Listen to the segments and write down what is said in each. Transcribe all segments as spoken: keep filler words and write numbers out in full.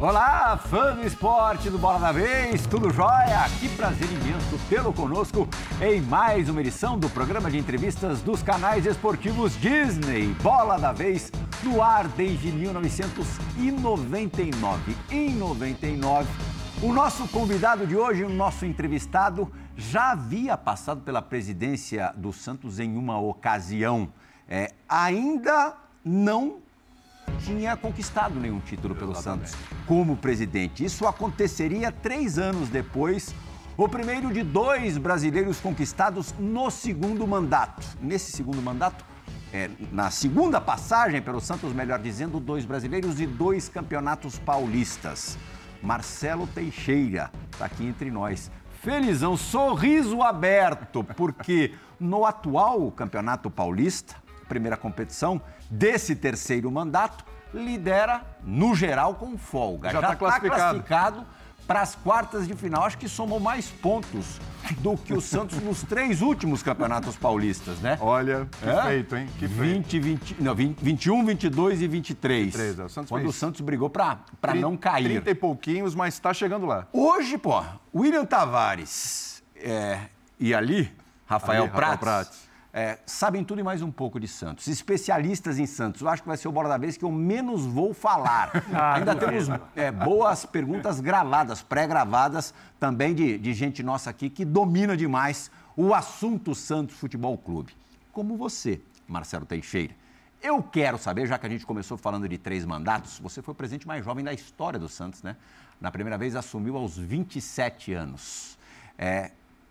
Olá, fã do esporte do Bola da Vez, tudo jóia? Que prazer imenso tê-lo conosco em mais uma edição do programa de entrevistas dos canais esportivos Disney. Bola da Vez, no ar desde mil novecentos e noventa e nove. Em noventa e nove, o nosso convidado de hoje, o nosso entrevistado, já havia passado pela presidência do Santos em uma ocasião. É, ainda não tinha conquistado nenhum título pelo Exatamente. Santos como presidente. Isso aconteceria três anos depois, o primeiro de dois brasileiros conquistados no segundo mandato. Nesse segundo mandato, é, na segunda passagem pelo Santos, melhor dizendo, dois brasileiros e dois campeonatos paulistas. Marcelo Teixeira está aqui entre nós. Felizão, sorriso aberto, porque no atual Campeonato Paulista, primeira competição desse terceiro mandato, lidera, no geral, com folga. Já está classificado, classificado para as quartas de final. Acho que somou mais pontos do que o Santos nos três últimos campeonatos paulistas, né? Olha, que é? feito, hein? Que vinte, vinte, não, vinte, vinte e um, vinte e dois e vinte e três. vinte e três, é. O Santos quando fez. O Santos brigou para não cair. trinta e pouquinhos, mas está chegando lá. Hoje, pô, William Tavares é, e ali, Rafael, ali, Prates, Rafael Prates. É, sabem tudo e mais um pouco de Santos. Especialistas em Santos. Eu acho que vai ser o Bola da Vez que eu menos vou falar. Ah, Ainda temos é, boas perguntas gravadas, pré-gravadas, também de, de gente nossa aqui que domina demais o assunto Santos Futebol Clube. Como você, Marcelo Teixeira. Eu quero saber, já que a gente começou falando de três mandatos, você foi o presidente mais jovem da história do Santos, né? Na primeira vez assumiu aos vinte e sete anos. É,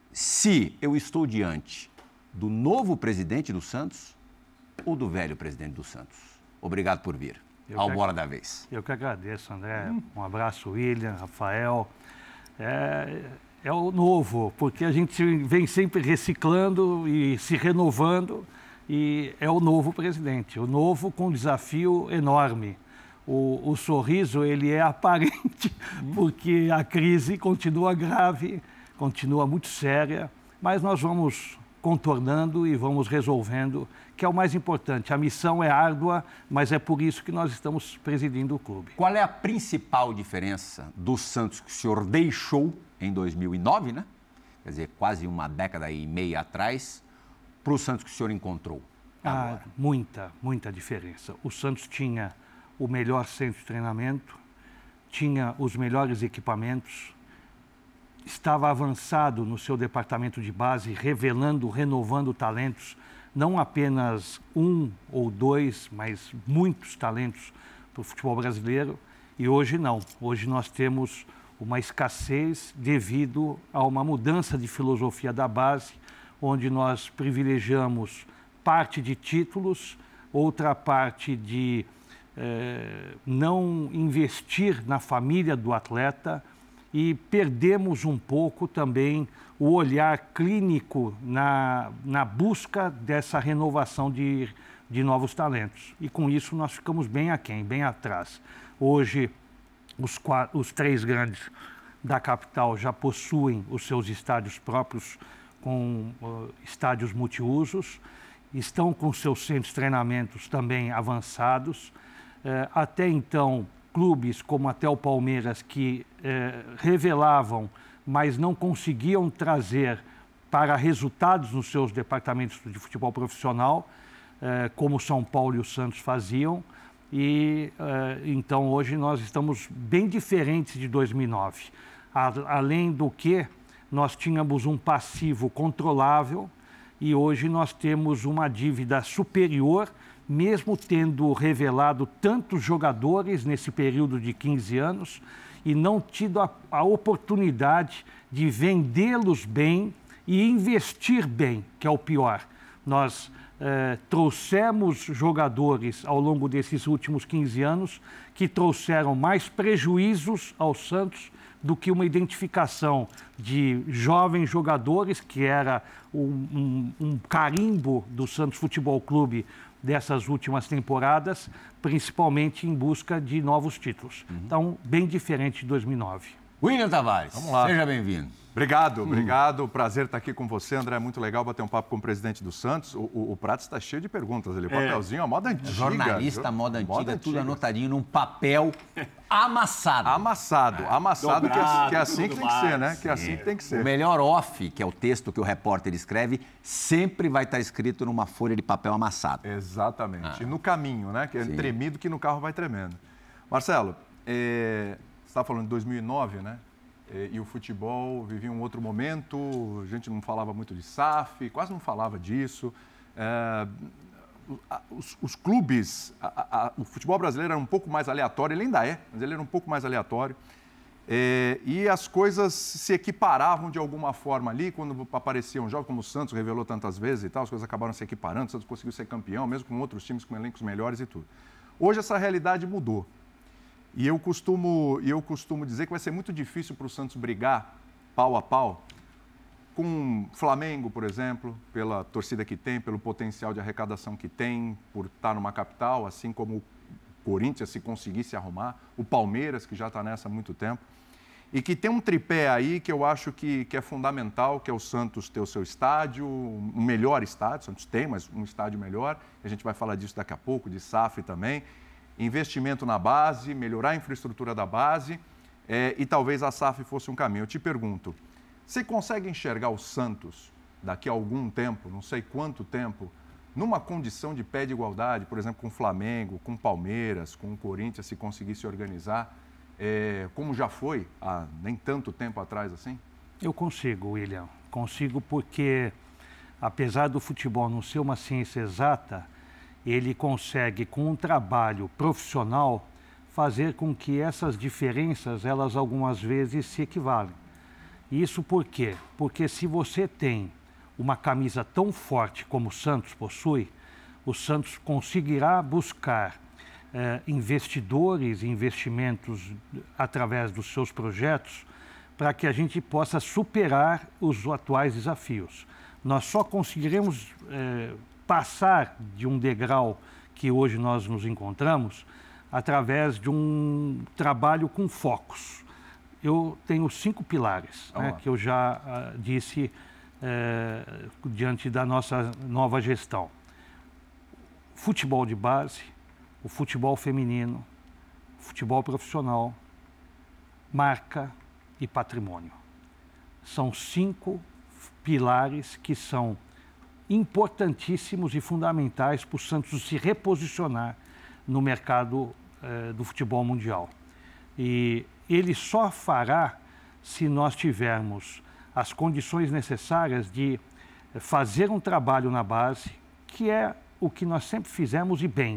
se eu estou diante do novo presidente do Santos ou do velho presidente do Santos? Obrigado por vir eu ao Bola da Vez. Eu que agradeço, André. Hum. Um abraço, William, Rafael. É, é o novo, porque a gente vem sempre reciclando e se renovando e é o novo presidente. O novo com um desafio enorme. O, o sorriso, ele é aparente, hum. porque a crise continua grave, continua muito séria, mas nós vamos contornando e vamos resolvendo, que é o mais importante. A missão é árdua, mas é por isso que nós estamos presidindo o clube. Qual é a principal diferença do Santos que o senhor deixou em dois mil e nove, né? Quer dizer, quase uma década e meia atrás, para o Santos que o senhor encontrou agora? Ah, muita, muita diferença. O Santos tinha o melhor centro de treinamento, tinha os melhores equipamentos, estava avançado no seu departamento de base, revelando, renovando talentos, não apenas um ou dois, mas muitos talentos para o futebol brasileiro. E hoje não. Hoje nós temos uma escassez devido a uma mudança de filosofia da base, onde nós privilegiamos parte de títulos, outra parte de eh, não investir na família do atleta, e perdemos um pouco também o olhar clínico na, na busca dessa renovação de, de novos talentos. E com isso nós ficamos bem aquém, bem atrás. Hoje, os, quatro, os três grandes da capital já possuem os seus estádios próprios, com uh, estádios multiusos, estão com seus centros de treinamentos também avançados. Uh, até então, clubes como até o Palmeiras que eh, revelavam, mas não conseguiam trazer para resultados nos seus departamentos de futebol profissional, eh, como São Paulo e o Santos faziam. E eh, então hoje nós estamos bem diferentes de dois mil e nove. A, além do que nós tínhamos um passivo controlável e hoje nós temos uma dívida superior, mesmo tendo revelado tantos jogadores nesse período de quinze anos e não tido a, a oportunidade de vendê-los bem e investir bem, que é o pior. Nós eh, trouxemos jogadores ao longo desses últimos quinze anos que trouxeram mais prejuízos ao Santos do que uma identificação de jovens jogadores, que era um, um, um carimbo do Santos Futebol Clube dessas últimas temporadas, principalmente em busca de novos títulos. Uhum. Então, bem diferente de dois mil e nove. William Tavares, Vamos lá. Seja bem-vindo. Obrigado, obrigado. Prazer estar aqui com você, André. É muito legal bater um papo com o presidente do Santos. O, o, o Prato está cheio de perguntas ali. O papelzinho, a moda antiga. Jornalista, jo... moda antiga, moda tudo antiga. anotadinho num papel amassado. Amassado, amassado, Dobrado, que é, que é assim que tudo tem que ser, né? mais. Que é assim que tem que O ser. melhor off, que é o texto que o repórter escreve, sempre vai estar escrito numa folha de papel amassado. Exatamente. Ah. E no caminho, né? Que é Sim. tremido que no carro vai tremendo. Marcelo, é... você estava falando de dois mil e nove, né? E o futebol vivia um outro momento, a gente não falava muito de S A F, quase não falava disso. É, os, os clubes, a, a, o futebol brasileiro era um pouco mais aleatório, ele ainda é, mas ele era um pouco mais aleatório. É, e as coisas se equiparavam de alguma forma ali, quando apareciam jogos, como o Santos revelou tantas vezes e tal, as coisas acabaram se equiparando, o Santos conseguiu ser campeão, mesmo com outros times com elencos melhores e tudo. Hoje essa realidade mudou. E eu costumo, eu costumo dizer que vai ser muito difícil para o Santos brigar pau a pau com o Flamengo, por exemplo, pela torcida que tem, pelo potencial de arrecadação que tem, por estar numa capital, assim como o Corinthians, se conseguisse arrumar, o Palmeiras, que já está nessa há muito tempo, e que tem um tripé aí que eu acho que, que é fundamental, que é o Santos ter o seu estádio, um melhor estádio, o Santos tem, mas um estádio melhor, a gente vai falar disso daqui a pouco, de S A F também, investimento na base, melhorar a infraestrutura da base é, e talvez a S A F fosse um caminho. Eu te pergunto, você consegue enxergar o Santos daqui a algum tempo, não sei quanto tempo, numa condição de pé de igualdade, por exemplo, com o Flamengo, com o Palmeiras, com o Corinthians, se conseguir se organizar, é, como já foi há nem tanto tempo atrás assim? Eu consigo, William. Consigo porque, apesar do futebol não ser uma ciência exata, ele consegue, com um trabalho profissional, fazer com que essas diferenças, elas algumas vezes se equivalem. Isso por quê? Porque se você tem uma camisa tão forte como o Santos possui, o Santos conseguirá buscar eh, investidores e investimentos através dos seus projetos para que a gente possa superar os atuais desafios. Nós só conseguiremos eh, passar de um degrau que hoje nós nos encontramos através de um trabalho com focos. Eu tenho cinco pilares, né, que eu já uh, disse uh, diante da nossa nova gestão. Futebol de base, o futebol feminino, futebol profissional, marca e patrimônio. São cinco pilares que são importantíssimos e fundamentais para o Santos se reposicionar no mercado eh, do futebol mundial. E ele só fará se nós tivermos as condições necessárias de fazer um trabalho na base, que é o que nós sempre fizemos e bem.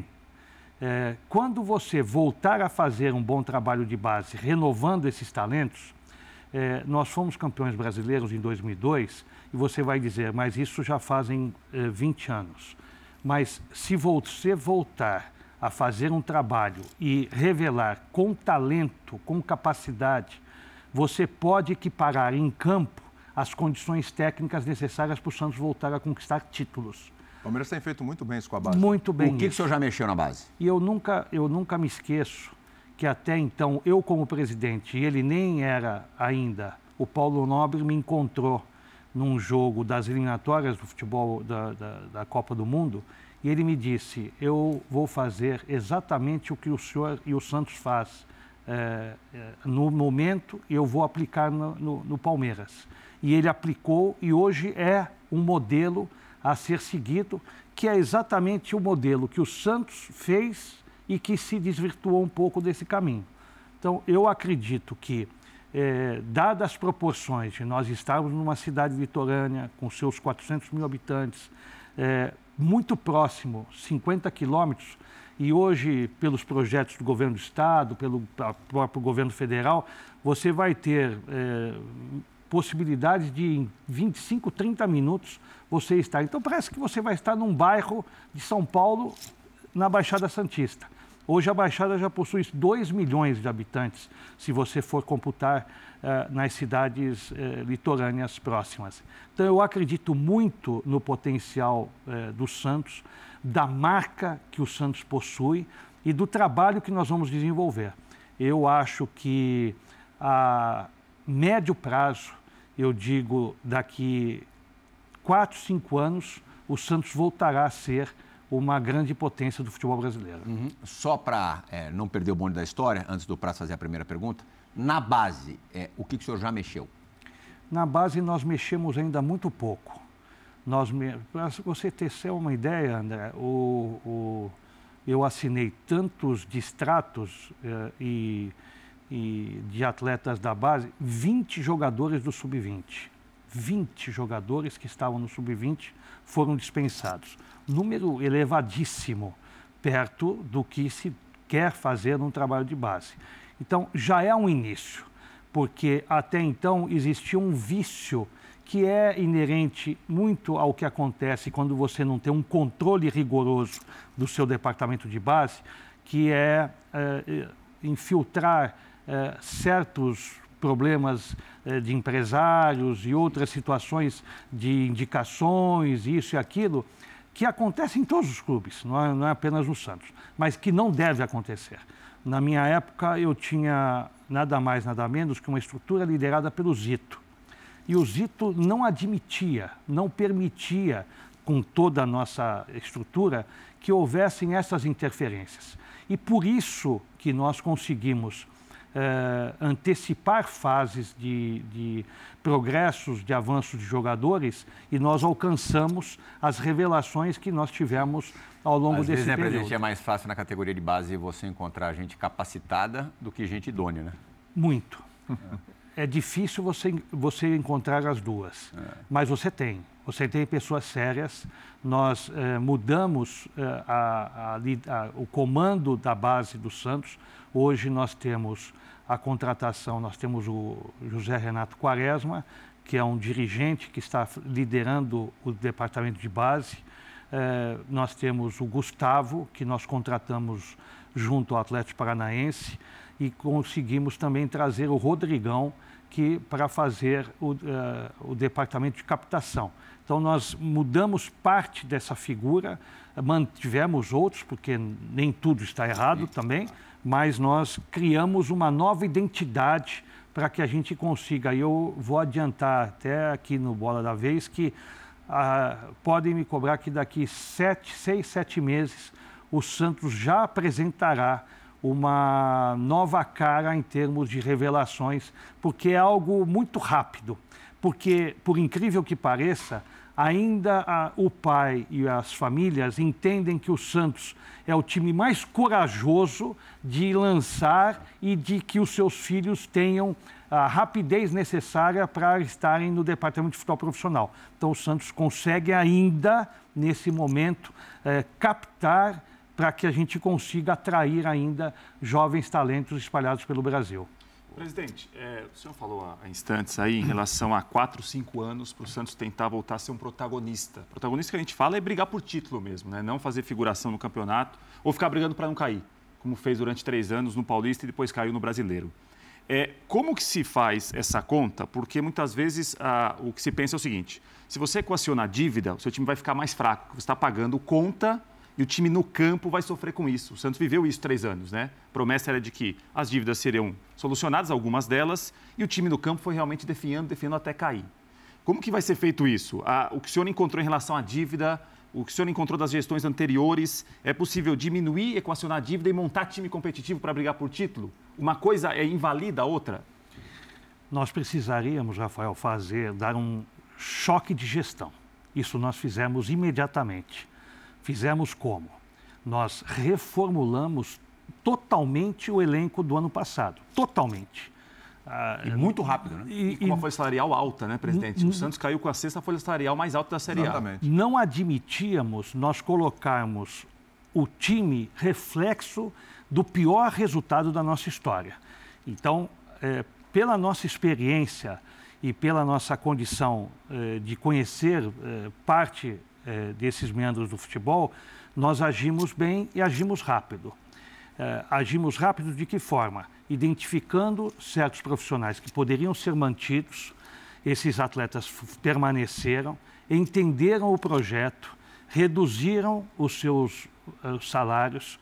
Eh, quando você voltar a fazer um bom trabalho de base, renovando esses talentos, eh, nós fomos campeões brasileiros em dois mil e dois, e você vai dizer, mas isso já fazem eh, vinte anos. Mas se você voltar a fazer um trabalho e revelar com talento, com capacidade, você pode equiparar em campo as condições técnicas necessárias para o Santos voltar a conquistar títulos. O Palmeiras tem feito muito bem isso com a base. Muito bem. O que, que o isso. senhor já mexeu na base? E eu nunca, eu nunca me esqueço que até então, eu como presidente, e ele nem era ainda, o Paulo Nobre me encontrou num jogo das eliminatórias do futebol da, da, da Copa do Mundo, e ele me disse, eu vou fazer exatamente o que o senhor e o Santos faz é, é, no momento, e eu vou aplicar no, no, no Palmeiras. E ele aplicou, e hoje é um modelo a ser seguido, que é exatamente o modelo que o Santos fez e que se desvirtuou um pouco desse caminho. Então, eu acredito que, É, dadas as proporções de nós estarmos numa cidade litorânea com seus quatrocentos mil habitantes, é, muito próximo, cinquenta quilômetros, e hoje, pelos projetos do governo do estado, pelo próprio governo federal, você vai ter é, possibilidades de, em vinte e cinco, trinta minutos, você estar. Então, parece que você vai estar num bairro de São Paulo, na Baixada Santista. Hoje a Baixada já possui dois milhões de habitantes, se você for computar uh, nas cidades uh, litorâneas próximas. Então eu acredito muito no potencial uh, do Santos, da marca que o Santos possui e do trabalho que nós vamos desenvolver. Eu acho que a, médio prazo, eu digo daqui quatro, cinco anos, o Santos voltará a ser uma grande potência do futebol brasileiro. Uhum. Só para é, não perder o bonde da história, antes do Praz fazer a primeira pergunta, na base, é, o que, que o senhor já mexeu? Na base, nós mexemos ainda muito pouco. Nós, para você ter uma ideia, André, o, o, eu assinei tantos distratos eh, e, e de atletas da base, vinte jogadores do sub vinte. vinte jogadores que estavam no sub vinte foram dispensados. Número elevadíssimo, perto do que se quer fazer num trabalho de base. Então, já é um início, porque até então existia um vício que é inerente muito ao que acontece quando você não tem um controle rigoroso do seu departamento de base, que é, é infiltrar é, certos problemas é, de empresários e outras situações de indicações, isso e aquilo, que acontece em todos os clubes, não é, não é apenas no Santos, mas que não deve acontecer. Na minha época, eu tinha nada mais, nada menos que uma estrutura liderada pelo Zito. E o Zito não admitia, não permitia, com toda a nossa estrutura, que houvessem essas interferências. E por isso que nós conseguimos eh, antecipar fases de, de progressos, de avanços de jogadores, e nós alcançamos as revelações que nós tivemos ao longo Às desse vezes, né, período. presidente, é mais fácil na categoria de base você encontrar gente capacitada do que gente idônea, né? Muito. É difícil você, você encontrar as duas, é. Mas você tem. Você tem pessoas sérias. Nós eh, mudamos eh, a, a, a, o comando da base do Santos. Hoje nós temos a contratação, nós temos o José Renato Quaresma, que é um dirigente que está liderando o departamento de base. Eh, nós temos o Gustavo, que nós contratamos junto ao Atlético Paranaense, e conseguimos também trazer o Rodrigão, que para fazer o, uh, o departamento de captação. Então, nós mudamos parte dessa figura, mantivemos outros, porque nem tudo está errado também, mas nós criamos uma nova identidade para que a gente consiga. E eu vou adiantar até aqui no Bola da Vez que uh, podem me cobrar que daqui sete, seis, sete meses o Santos já apresentará uma nova cara em termos de revelações, porque é algo muito rápido. Porque, por incrível que pareça, ainda a, o pai e as famílias entendem que o Santos é o time mais corajoso de lançar e de que os seus filhos tenham a rapidez necessária para estarem no departamento de futebol profissional. Então, o Santos consegue ainda, nesse momento, eh, captar para que a gente consiga atrair ainda jovens talentos espalhados pelo Brasil. Presidente, é, o senhor falou há instantes aí em relação a quatro, cinco anos para o Santos tentar voltar a ser um protagonista. Protagonista que a gente fala é brigar por título mesmo, né? Não fazer figuração no campeonato ou ficar brigando para não cair, como fez durante três anos no Paulista e depois caiu no Brasileiro. É, como que se faz essa conta? Porque muitas vezes ah, o que se pensa é o seguinte, se você equacionar a dívida, o seu time vai ficar mais fraco, você está pagando conta e o time no campo vai sofrer com isso. O Santos viveu isso três anos, né? A promessa era de que as dívidas seriam solucionadas, algumas delas, e o time no campo foi realmente definhando, definhando até cair. Como que vai ser feito isso? Ah, o que o senhor encontrou em relação à dívida, o que o senhor encontrou das gestões anteriores, é possível diminuir, equacionar a dívida e montar time competitivo para brigar por título? Uma coisa é invalida a outra? Nós precisaríamos, Rafael, fazer, dar um choque de gestão. Isso nós fizemos imediatamente. Fizemos como? Nós reformulamos totalmente o elenco do ano passado. Totalmente. Ah, e muito rápido, né? E, e com uma folha salarial alta, né, presidente? O Santos caiu com a sexta folha salarial mais alta da Série A. Exatamente. Não admitíamos nós colocarmos o time reflexo do pior resultado da nossa história. Então, é, pela nossa experiência e pela nossa condição é, de conhecer é, parte é, desses meandros do futebol, nós agimos bem e agimos rápido. É, agimos rápido de que forma? Identificando certos profissionais que poderiam ser mantidos, esses atletas permaneceram, entenderam o projeto, reduziram os seus uh, salários,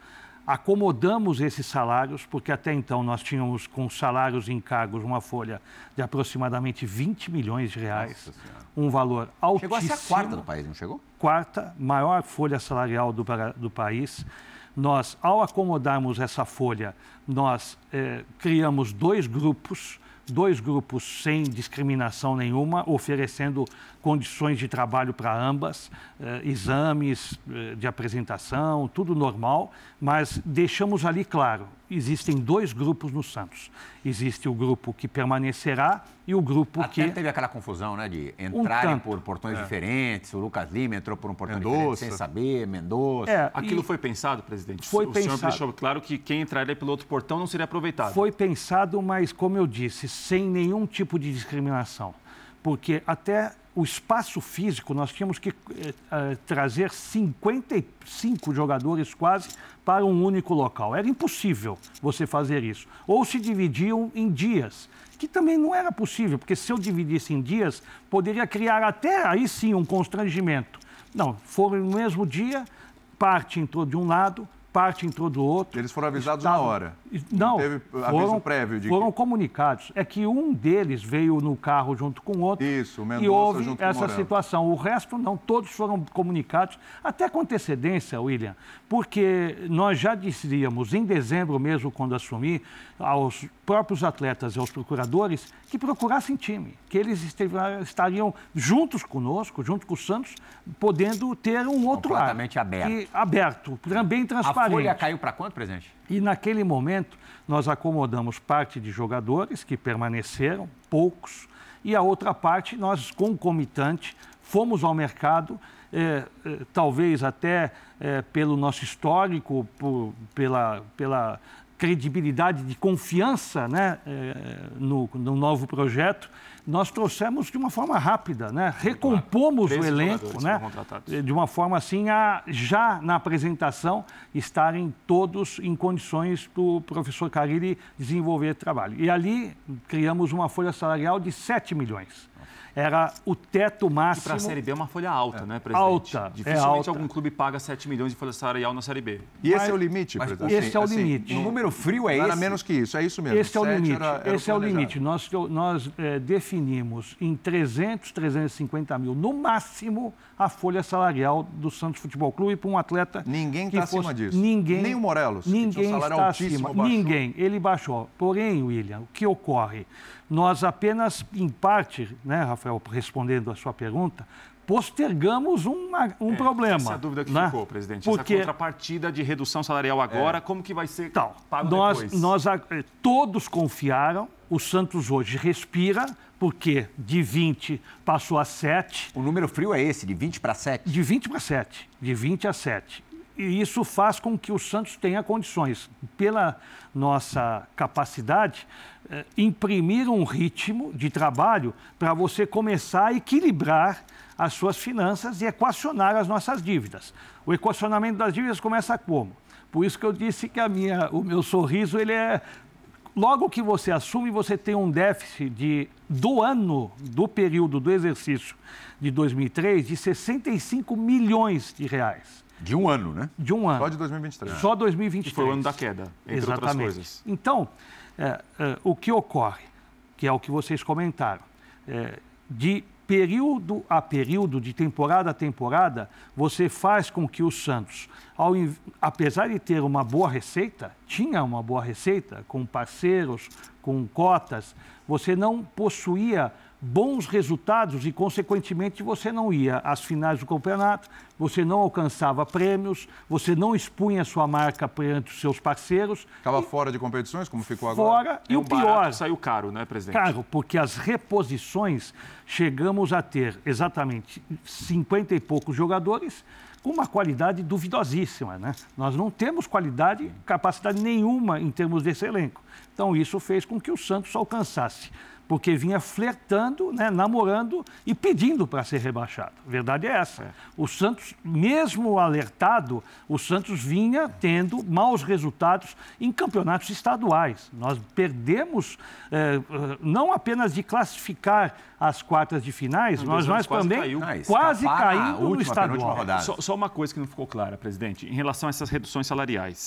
acomodamos esses salários, porque até então nós tínhamos com salários em cargos uma folha de aproximadamente vinte milhões de reais, um valor altíssimo. Chegou a ser a quarta do país, não chegou? Quarta, maior folha salarial do, do país. Nós, ao acomodarmos essa folha, nós eh, criamos dois grupos, dois grupos sem discriminação nenhuma, oferecendo condições de trabalho para ambas, eh, exames eh, de apresentação, tudo normal, mas deixamos ali claro, existem dois grupos no Santos. Existe o grupo que permanecerá e o grupo Até que... teve aquela confusão, né, de entrarem Um por portões É. diferentes, o Lucas Lima entrou por um portão Mendonça. diferente sem saber, Mendonça. É, Aquilo e foi pensado, presidente? Foi o pensado. senhor deixou claro que quem entraria pelo outro portão não seria aproveitado. Foi pensado, mas, como eu disse, sem nenhum tipo de discriminação. Porque até o espaço físico, nós tínhamos que eh, eh, trazer cinquenta e cinco jogadores quase para um único local. Era impossível você fazer isso. Ou se dividiam em dias, que também não era possível, porque se eu dividisse em dias, poderia criar até aí sim um constrangimento. Não, foram no mesmo dia, parte entrou de um lado, parte entrou do outro. Eles foram avisados Estavam- na hora. Não, Teve aviso foram, prévio de foram que... comunicados. É que um deles veio no carro junto com o outro. Isso, o Mendonça e houve junto com o essa Morello. situação. O resto não, todos foram comunicados, até com antecedência, William, porque nós já dizíamos em dezembro mesmo, quando assumi, aos próprios atletas e aos procuradores que procurassem time, que eles esteve- estariam juntos conosco, junto com o Santos, podendo ter um outro ar. Completamente aberto. E aberto, bem A transparente. folha caiu para quanto, presidente? E naquele momento, nós acomodamos parte de jogadores que permaneceram, poucos, e a outra parte, nós, concomitante, fomos ao mercado, eh, eh, talvez até eh, pelo nosso histórico, por, pela, pela credibilidade de confiança, né, eh, no, no novo projeto, nós trouxemos de uma forma rápida, né? Recompomos o treze elenco, jogadores né? foram contratados. De uma forma assim a já na apresentação estarem todos em condições para o professor Carille desenvolver trabalho. E ali criamos uma folha salarial de sete milhões. Era o teto E máximo. para a Série B é uma folha alta, né, presidente? Alta, é Dificilmente alta. algum clube paga sete milhões de folha salarial na Série B. E esse Mas- é o limite, mas presidente? esse é o Assim, limite. O número frio é Não esse? era menos que isso, é isso mesmo. Esse é o Sete limite. era- era Esse é o planejado. limite. Nós, nós eh, definimos em trezentos, trezentos e cinquenta mil, no máximo, a folha salarial do Santos Futebol Clube para um atleta. Ninguém que está fosse- acima disso. Ninguém. Nem o Morelos, que tinha um Ninguém salário está altíssimo, acima. baixou. Ninguém. Ele baixou. Porém, William, o que ocorre? Nós apenas, em parte, né, Rafael, respondendo a sua pergunta, postergamos uma, um problema. Essa é a dúvida que né? ficou, presidente. Porque Essa contrapartida de redução salarial agora, É. como que vai ser Então, pago nós, depois? nós, a- eh, todos confiaram, o Santos hoje respira, porque de vinte passou a sete, O número frio é esse, de vinte para sete. de vinte para sete, de vinte a sete. E isso faz com que o Santos tenha condições, pela nossa capacidade, eh, imprimir um ritmo de trabalho para você começar a equilibrar as suas finanças e equacionar as nossas dívidas. O equacionamento das dívidas começa como? Por isso que eu disse que a minha, o meu sorriso, ele é... Logo que você assume, você tem um déficit de, do ano, do período do exercício de dois mil e três, de sessenta e cinco milhões de reais. De um ano, né? De um ano. Só de dois mil e vinte e três. Só dois mil e vinte e Que três. foi o ano da queda, entre Exatamente. outras coisas. Então, é, é, o que ocorre, que é o que vocês comentaram, é, de período a período, de temporada a temporada, você faz com que o Santos, ao, inv- apesar de ter uma boa receita, tinha uma boa receita com parceiros, com cotas, você não possuía bons resultados e, consequentemente, você não ia às finais do campeonato, você não alcançava prêmios, você não expunha sua marca perante os seus parceiros. Ficava fora de competições, como ficou agora? Fora, É e um o pior, barato saiu caro, né, presidente? caro, porque as reposições chegamos a ter exatamente cinquenta e poucos jogadores com uma qualidade duvidosíssima, né? Nós não temos qualidade, capacidade nenhuma em termos desse elenco. Então, isso fez com que o Santos alcançasse, porque vinha flertando, né, namorando e pedindo para ser rebaixado. A verdade é essa. É. O Santos, mesmo alertado, o Santos vinha tendo maus resultados em campeonatos estaduais. Nós perdemos, eh, eh, não apenas de classificar as quartas de finais, Não, nós, dois nós anos quase também caiu. Ah, quase escapar na caindo no última, penúltima estadual. rodada. Só, só uma coisa que não ficou clara, presidente, em relação a essas reduções salariais.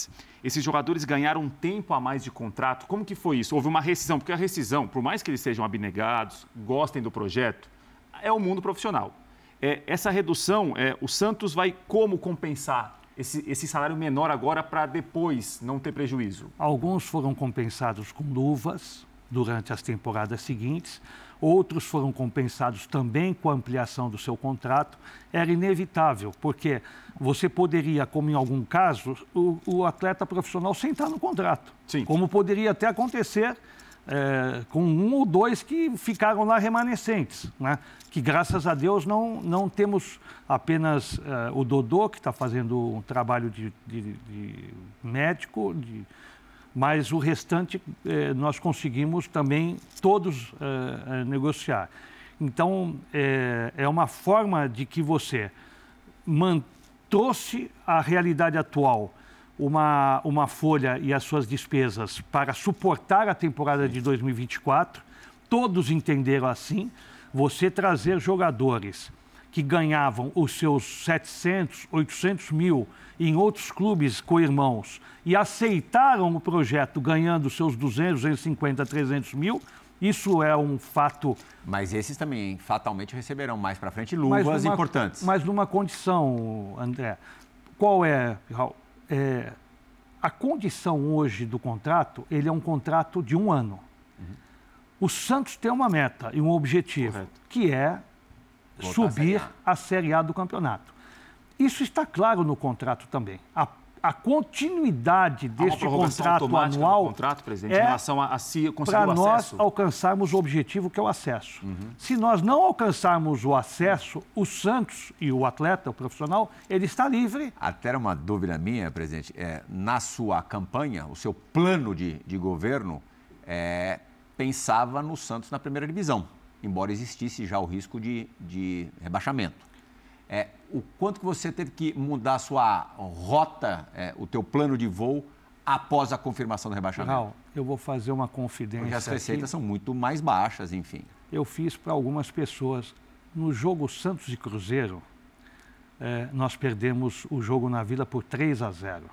esses jogadores ganharam um tempo a mais de contrato. Como que foi isso? Houve uma rescisão, porque a rescisão, por mais que eles sejam abnegados, gostem do projeto, é o mundo profissional. É, essa redução, é, o Santos vai como compensar esse, esse salário menor agora para depois não ter prejuízo? Alguns foram compensados com luvas durante as temporadas seguintes, outros foram compensados também com a ampliação do seu contrato. Era inevitável, porque você poderia, como em algum caso, o, o atleta profissional sentar no contrato. Sim. Como poderia até acontecer é, com um ou dois que ficaram lá remanescentes, né? Que graças a Deus não, não temos apenas é, o Dodô, que está fazendo um trabalho de, de, de médico, de, mas o restante eh, nós conseguimos também todos eh, negociar. Então, é, é uma forma de que você man, trouxe a realidade atual, uma, uma folha e as suas despesas para suportar a temporada de dois mil e vinte e quatro, todos entenderam assim, você trazer jogadores que ganhavam os seus setecentos, oitocentos mil em outros clubes co-irmãos e aceitaram o projeto ganhando seus duzentos, duzentos e cinquenta, trezentos mil, isso é um fato... Mas esses também fatalmente receberão mais para frente luvas numa, importantes. Mas numa condição, André, qual é, Raul? É, a condição hoje do contrato, ele é um contrato de um ano. Uhum. O Santos tem uma meta e um objetivo, correto, que é voltar subir a Série A do campeonato. Isso está claro no contrato também. A, a continuidade deste contrato anual do contrato, presidente, é em relação a, a se conseguir para o nós acesso? Alcançarmos o objetivo que é o acesso. Uhum. Se nós não alcançarmos o acesso, o Santos e o atleta, o profissional, ele está livre. Até uma dúvida minha, presidente, é, na sua campanha, o seu plano de, de governo é, pensava no Santos na primeira divisão, embora existisse já o risco de, de rebaixamento. É, o quanto que você teve que mudar a sua rota, é, o teu plano de voo, após a confirmação do rebaixamento? Raul, eu vou fazer uma confidência. Porque as receitas aqui. São muito mais baixas, enfim. Eu fiz para algumas pessoas. No jogo Santos e Cruzeiro, é, nós perdemos o jogo na Vila por três a zero.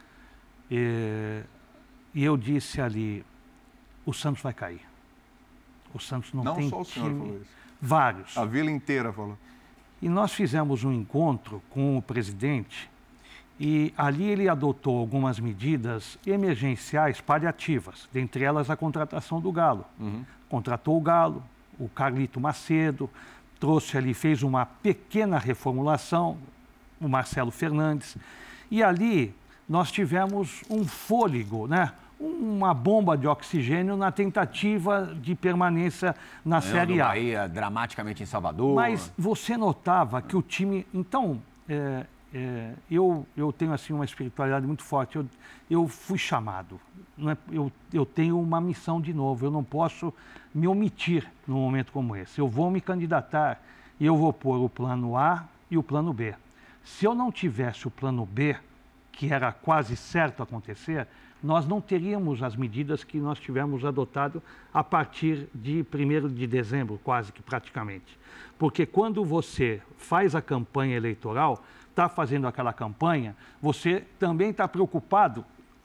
E, e eu disse ali, o Santos vai cair. O Santos não, não tem só o senhor time. Falou isso. Vários. A Vila inteira falou. E nós fizemos um encontro com o presidente e ali ele adotou algumas medidas emergenciais paliativas, dentre elas a contratação do Galo. Uhum. Contratou o Galo, o Carlito Macedo, trouxe ali, fez uma pequena reformulação, o Marcelo Fernandes, e ali nós tivemos um fôlego, né? Uma bomba de oxigênio na tentativa de permanência na Eu Série A. Bahia, dramaticamente em Salvador. Mas você notava que o time... Então, é, é, eu, eu tenho assim uma espiritualidade muito forte. Eu, eu fui chamado. Não é, eu, eu tenho uma missão de novo. Eu não posso me omitir num momento como esse. Eu vou me candidatar e eu vou pôr o plano A e o plano B. Se eu não tivesse o plano B, que era quase certo acontecer, nós não teríamos as medidas que nós tivemos adotado a partir de primeiro de dezembro, quase que praticamente. Porque quando você faz a campanha eleitoral, está fazendo aquela campanha, você também está preocupado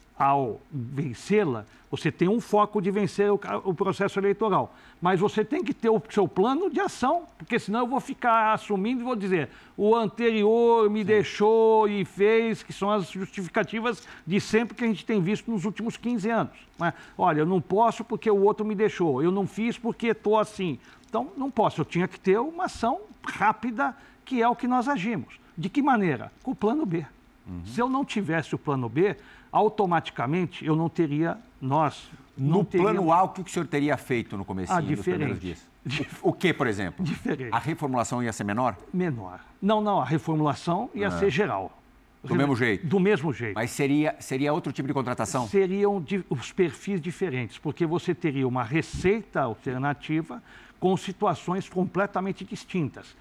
ao vencê-la, você tem um foco de vencer o, o processo eleitoral. Mas você tem que ter o seu plano de ação, porque senão eu vou ficar assumindo e vou dizer o anterior me Sim. deixou e fez, que são as justificativas de sempre que a gente tem visto nos últimos quinze anos. Né? Olha, eu não posso porque o outro me deixou, eu não fiz porque estou assim. Então, não posso, eu tinha que ter uma ação rápida, que é o que nós agimos. De que maneira? Com o plano B. Uhum. Se eu não tivesse o plano B, automaticamente eu não teria, nós... Não no teríamos... plano A, o que o senhor teria feito no comecinho ah, dos primeiros dias? O, o que, por exemplo? Diferente. A reformulação ia ser menor? Menor. Não, não, a reformulação ia ah. ser geral. Do mesmo jeito? Do mesmo jeito. Mas seria, seria outro tipo de contratação? Seriam de, os perfis diferentes, porque você teria uma receita alternativa com situações completamente distintas.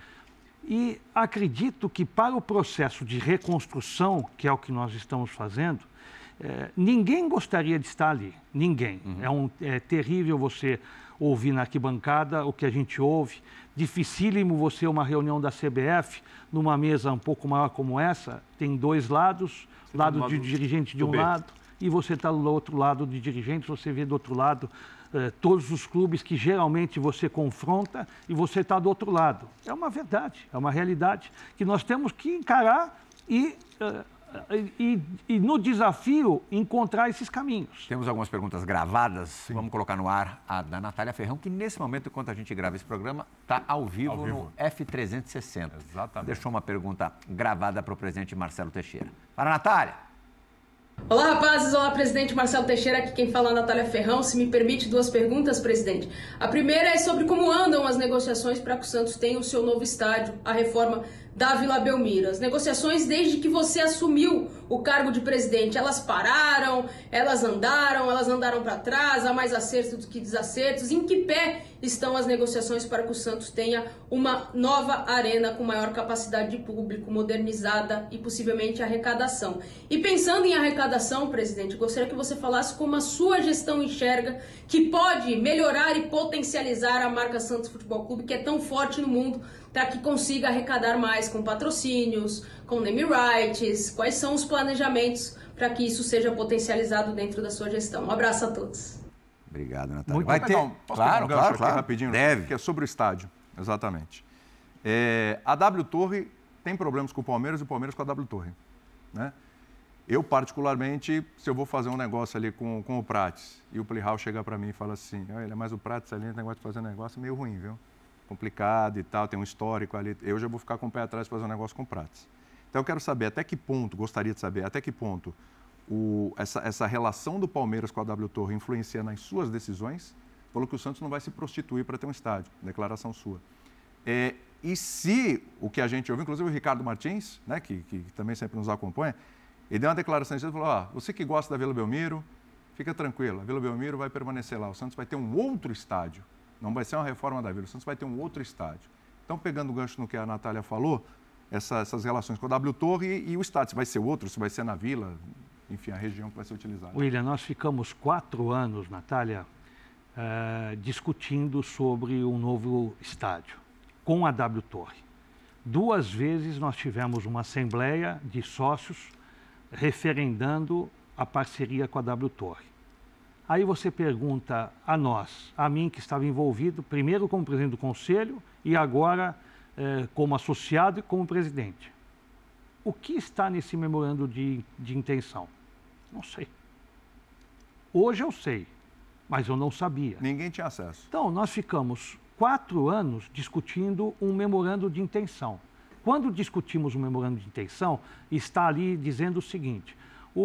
E acredito que para o processo de reconstrução, que é o que nós estamos fazendo, é, ninguém gostaria de estar ali, ninguém. Uhum. É, um, é terrível você ouvir na arquibancada o que a gente ouve, dificílimo você uma reunião da C B F, numa mesa um pouco maior como essa, tem dois lados, você lado de dirigente de um B. lado e você está do outro lado de dirigentes, você vê do outro lado eh, todos os clubes que geralmente você confronta e você está do outro lado. É uma verdade, é uma realidade que nós temos que encarar e... Eh, E, e no desafio encontrar esses caminhos. Temos algumas perguntas gravadas, Sim. vamos colocar no ar a da Natália Ferrão, que nesse momento, enquanto a gente grava esse programa, está ao vivo, ao vivo no F trezentos e sessenta. Exatamente. Deixou uma pergunta gravada para o presidente Marcelo Teixeira. Para a Natália. Olá, rapazes. Olá, presidente Marcelo Teixeira. Aqui quem fala é a Natália Ferrão. Se me permite, duas perguntas, presidente. A primeira é sobre como andam as negociações para que o Santos tenha o seu novo estádio, a reforma da Vila Belmiro. As negociações, desde que você assumiu o cargo de presidente, elas pararam, elas andaram, elas andaram para trás, há mais acertos do que desacertos. Em que pé estão as negociações para que o Santos tenha uma nova arena com maior capacidade de público, modernizada e possivelmente arrecadação? E pensando em arrecadação, presidente, gostaria que você falasse como a sua gestão enxerga que pode melhorar e potencializar a marca Santos Futebol Clube, que é tão forte no mundo, para que consiga arrecadar mais com patrocínios, com name rights. Quais são os planejamentos para que isso seja potencializado dentro da sua gestão? Um abraço a todos. Obrigado, Natália. Muito Vai bom. ter... Não, posso claro, um claro, aqui claro. rapidinho? Deve. Que é sobre o estádio, exatamente. É, a W Torre tem problemas com o Palmeiras e o Palmeiras com a W Torre, né? Eu, particularmente, se eu vou fazer um negócio ali com, com o Prates e o Plihal chegar para mim e fala assim, olha, mas o Prates ali, o negócio de fazer um negócio é meio ruim, viu? Complicado e tal, tem um histórico ali, eu já vou ficar com o pé atrás para fazer um negócio com o Prates. Então, eu quero saber até que ponto, gostaria de saber, até que ponto o, essa, essa relação do Palmeiras com a W Torre influencia nas suas decisões. Falou que o Santos não vai se prostituir para ter um estádio, declaração sua. É, e se o que a gente ouviu, inclusive o Ricardo Martins, né, que, que também sempre nos acompanha, ele deu uma declaração e falou, ó, você que gosta da Vila Belmiro, fica tranquilo, a Vila Belmiro vai permanecer lá, o Santos vai ter um outro estádio, não vai ser uma reforma da Vila, o Santos vai ter um outro estádio. Então, pegando o gancho no que a Natália falou, essa, essas relações com a W Torre e, e o estádio, se vai ser outro, se vai ser na Vila, enfim, a região que vai ser utilizada. William, nós ficamos quatro anos, Natália, uh, discutindo sobre um novo estádio, com a W Torre. Duas vezes nós tivemos uma assembleia de sócios referendando a parceria com a W Torre. Aí você pergunta a nós, a mim que estava envolvido, primeiro como presidente do conselho e agora eh, como associado e como presidente. O que está nesse memorando de, de intenção? Não sei. Hoje eu sei, mas eu não sabia. Ninguém tinha acesso. Então, nós ficamos quatro anos discutindo um memorando de intenção. Quando discutimos um memorando de intenção, está ali dizendo o seguinte,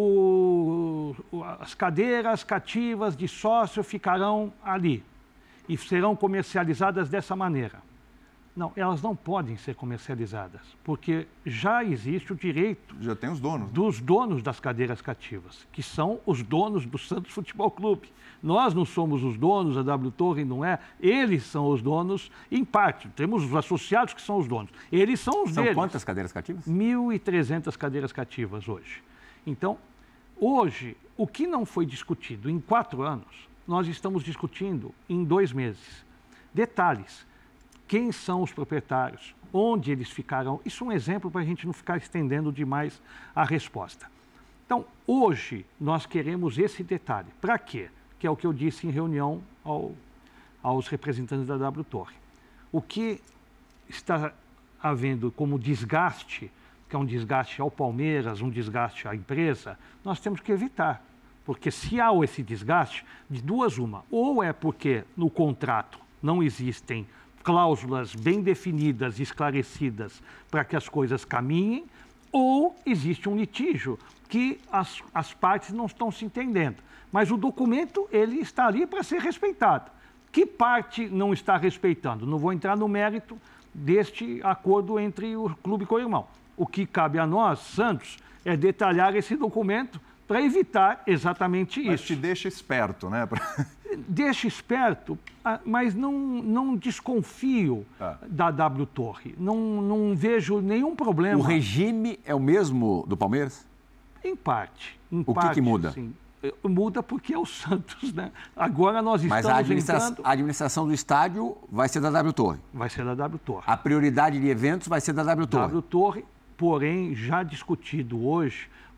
o, as cadeiras cativas de sócio ficarão ali e serão comercializadas dessa maneira. Não, elas não podem ser comercializadas, porque já existe o direito... Já tem os donos. Né? Dos donos das cadeiras cativas, que são os donos do Santos Futebol Clube. Nós não somos os donos, a W Torre não é, eles são os donos, em parte. Temos os associados que são os donos. Eles são os são deles. São quantas cadeiras cativas? mil e trezentas cadeiras cativas hoje. Então, hoje, o que não foi discutido em quatro anos, nós estamos discutindo em dois meses. Detalhes. Quem são os proprietários, onde eles ficarão. Isso é um exemplo para a gente não ficar estendendo demais a resposta. Então, hoje, nós queremos esse detalhe. Para quê? Que é o que eu disse em reunião ao, aos representantes da W Torre. O que está havendo como desgaste, que é um desgaste ao Palmeiras, um desgaste à empresa, nós temos que evitar. Porque se há esse desgaste, de duas uma, ou é porque no contrato não existem cláusulas bem definidas e esclarecidas para que as coisas caminhem, ou existe um litígio que as, as partes não estão se entendendo. Mas o documento, ele está ali para ser respeitado. Que parte não está respeitando? Não vou entrar no mérito deste acordo entre o clube e o irmão. O que cabe a nós, Santos, é detalhar esse documento para evitar exatamente isso. Mas te deixa esperto, né? Deixa esperto, mas não, não desconfio tá. da W Torre. Não, não vejo nenhum problema. O regime é o mesmo do Palmeiras? Em parte. Em o parte, que, que muda? Sim. Muda porque é o Santos, né? Agora nós estamos Mas a, administra entrando... a administração do estádio vai ser da W Torre? Vai ser da W Torre. A prioridade de eventos vai ser da W Torre? W Torre, porém, já discutido hoje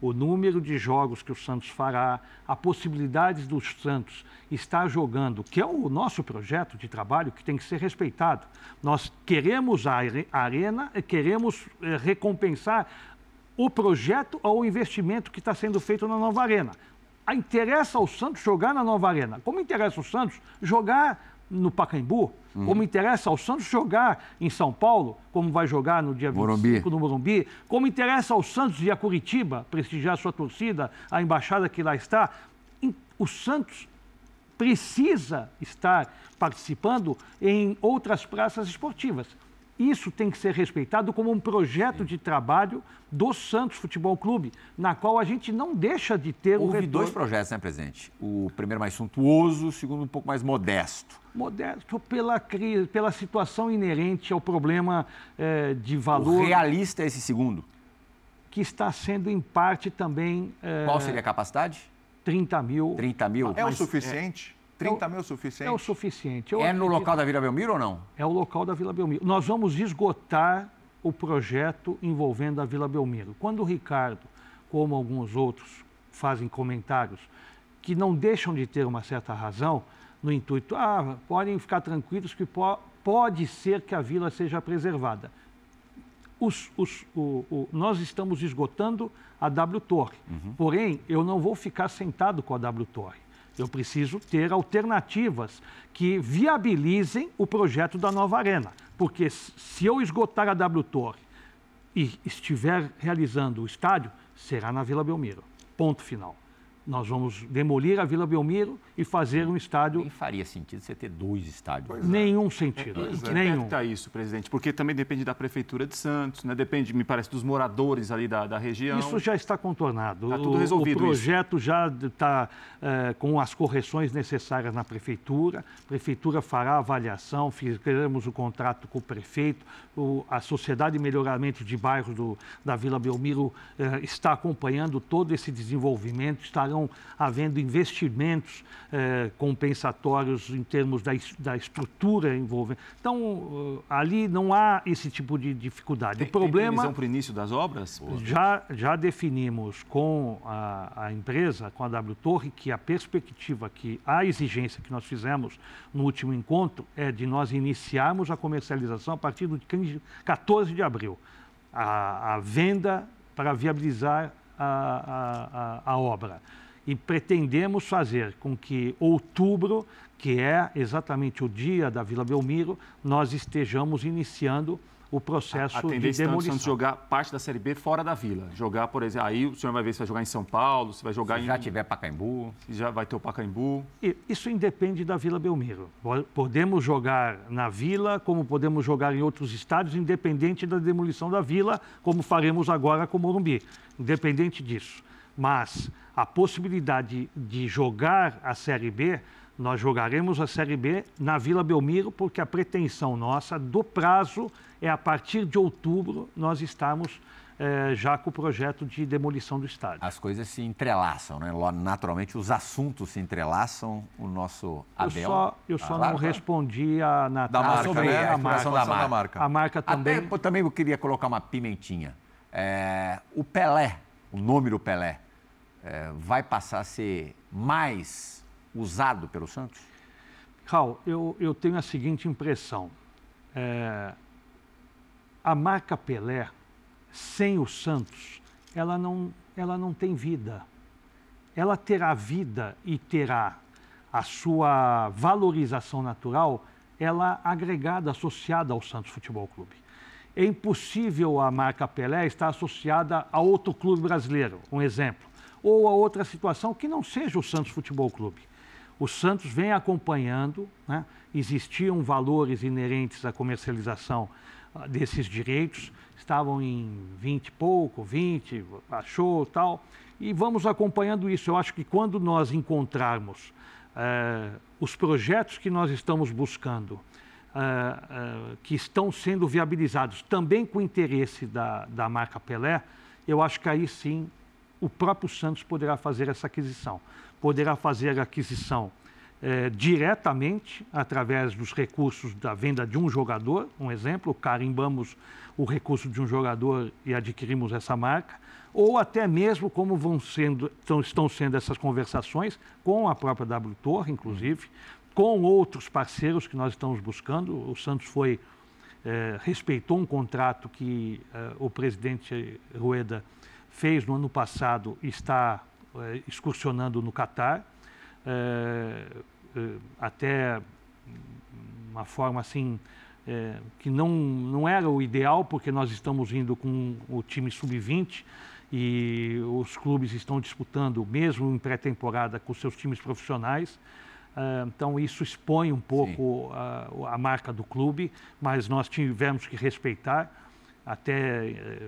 o número de jogos que o Santos fará, a possibilidade do Santos estar jogando, que é o nosso projeto de trabalho que tem que ser respeitado. Nós queremos a arena e queremos eh, recompensar o projeto ou o investimento que está sendo feito na nova arena. A interessa ao Santos jogar na nova arena, como interessa ao Santos jogar no Pacaembu, uhum. como interessa ao Santos jogar em São Paulo, como vai jogar no dia vinte e cinco no Morumbi, como interessa ao Santos ir a Curitiba, prestigiar a sua torcida, a embaixada que lá está. O Santos precisa estar participando em outras praças esportivas. Isso tem que ser respeitado como um projeto de trabalho do Santos Futebol Clube, na qual a gente não deixa de ter Houve o retorno. dois projetos, né, presidente? O primeiro mais suntuoso, o segundo um pouco mais modesto. Modesto pela crise, pela situação inerente ao problema eh, de valor. O realista é esse segundo? Que está sendo, em parte, também... Eh, Qual seria a capacidade? trinta mil. trinta mil? É o suficiente? É... trinta mil é o suficiente? É o suficiente. Eu é acredito... no local da Vila Belmiro ou não? É o local da Vila Belmiro. Nós vamos esgotar o projeto envolvendo a Vila Belmiro. Quando o Ricardo, como alguns outros, fazem comentários que não deixam de ter uma certa razão, no intuito, ah, podem ficar tranquilos que po pode ser que a vila seja preservada. Os, os, o, o, nós estamos esgotando a W Torre, uhum. porém, eu não vou ficar sentado com a W Torre. Eu preciso ter alternativas que viabilizem o projeto da nova arena. Porque se eu esgotar a W Torre e estiver realizando o estádio, será na Vila Belmiro. Ponto final. Nós vamos demolir a Vila Belmiro e fazer um estádio... Nem faria sentido você ter dois estádios. Pois Nenhum é. sentido. É, é. Nenhum. Está isso, presidente, porque também depende da Prefeitura de Santos, né? Depende, me parece, dos moradores ali da, da região. Isso já está contornado. Está tudo resolvido. O projeto isso. já está é, com as correções necessárias na Prefeitura. A Prefeitura fará a avaliação, fizemos o contrato com o prefeito, o, a Sociedade de Melhoramento de Bairros do, da Vila Belmiro é, está acompanhando todo esse desenvolvimento, estarão havendo investimentos eh, compensatórios em termos da, da estrutura envolvendo. Então, uh, ali não há esse tipo de dificuldade. Tem, o problema, tem previsão para o início das obras? Já, já definimos com a, a empresa, com a W Torre, que a perspectiva, que a exigência que nós fizemos no último encontro é de nós iniciarmos a comercialização a partir do dia quatorze de abril. A, a venda para viabilizar a, a, a, a obra. E pretendemos fazer com que outubro, que é exatamente o dia da Vila Belmiro, nós estejamos iniciando o processo a, a de tendência demolição. É jogar parte da Série B fora da Vila. Jogar, por exemplo, aí o senhor vai ver se vai jogar em São Paulo, se vai jogar se em... já tiver Pacaembu. Já vai ter o Pacaembu. E isso independe da Vila Belmiro. Podemos jogar na Vila, como podemos jogar em outros estádios, independente da demolição da Vila, como faremos agora com o Morumbi. Independente disso. Mas a possibilidade de jogar a Série B, nós jogaremos a Série B na Vila Belmiro, porque a pretensão nossa do prazo é a partir de outubro nós estamos eh, já com o projeto de demolição do estádio. As coisas se entrelaçam, né? Naturalmente os assuntos se entrelaçam. O nosso Abel... Eu só, eu só ah, não lá, respondi a Natália da marca, sobre né? a, a marca. da marca. marca. A marca também... Até, também eu queria colocar uma pimentinha. É, o Pelé, o nome do Pelé, é, vai passar a ser mais usado pelo Santos? Raul, eu, eu tenho a seguinte impressão. É, a marca Pelé, sem o Santos, ela não, ela não tem vida. Ela terá vida e terá a sua valorização natural, ela agregada, associada ao Santos Futebol Clube. É impossível a marca Pelé estar associada a outro clube brasileiro, um exemplo, ou a outra situação que não seja o Santos Futebol Clube. O Santos vem acompanhando, né? Existiam valores inerentes à comercialização uh, desses direitos, estavam em vinte e pouco, vinte, achou tal, e vamos acompanhando isso. Eu acho que quando nós encontrarmos uh, os projetos que nós estamos buscando, uh, uh, que estão sendo viabilizados também com o interesse da, da marca Pelé, eu acho que aí sim o próprio Santos poderá fazer essa aquisição. Poderá fazer a aquisição é, diretamente através dos recursos da venda de um jogador, um exemplo, carimbamos o recurso de um jogador e adquirimos essa marca, ou até mesmo como vão sendo, estão, estão sendo essas conversações com a própria W Torre, inclusive, com outros parceiros que nós estamos buscando. O Santos foi, é, respeitou um contrato que é, o presidente Rueda fez no ano passado e está é, excursionando no Catar, é, é, até uma forma assim, é, que não, não era o ideal, porque nós estamos indo com o time sub vinte e os clubes estão disputando, mesmo em pré-temporada, com seus times profissionais. Uh, então, isso expõe um pouco a, a marca do clube, mas nós tivemos que respeitar. Até uh,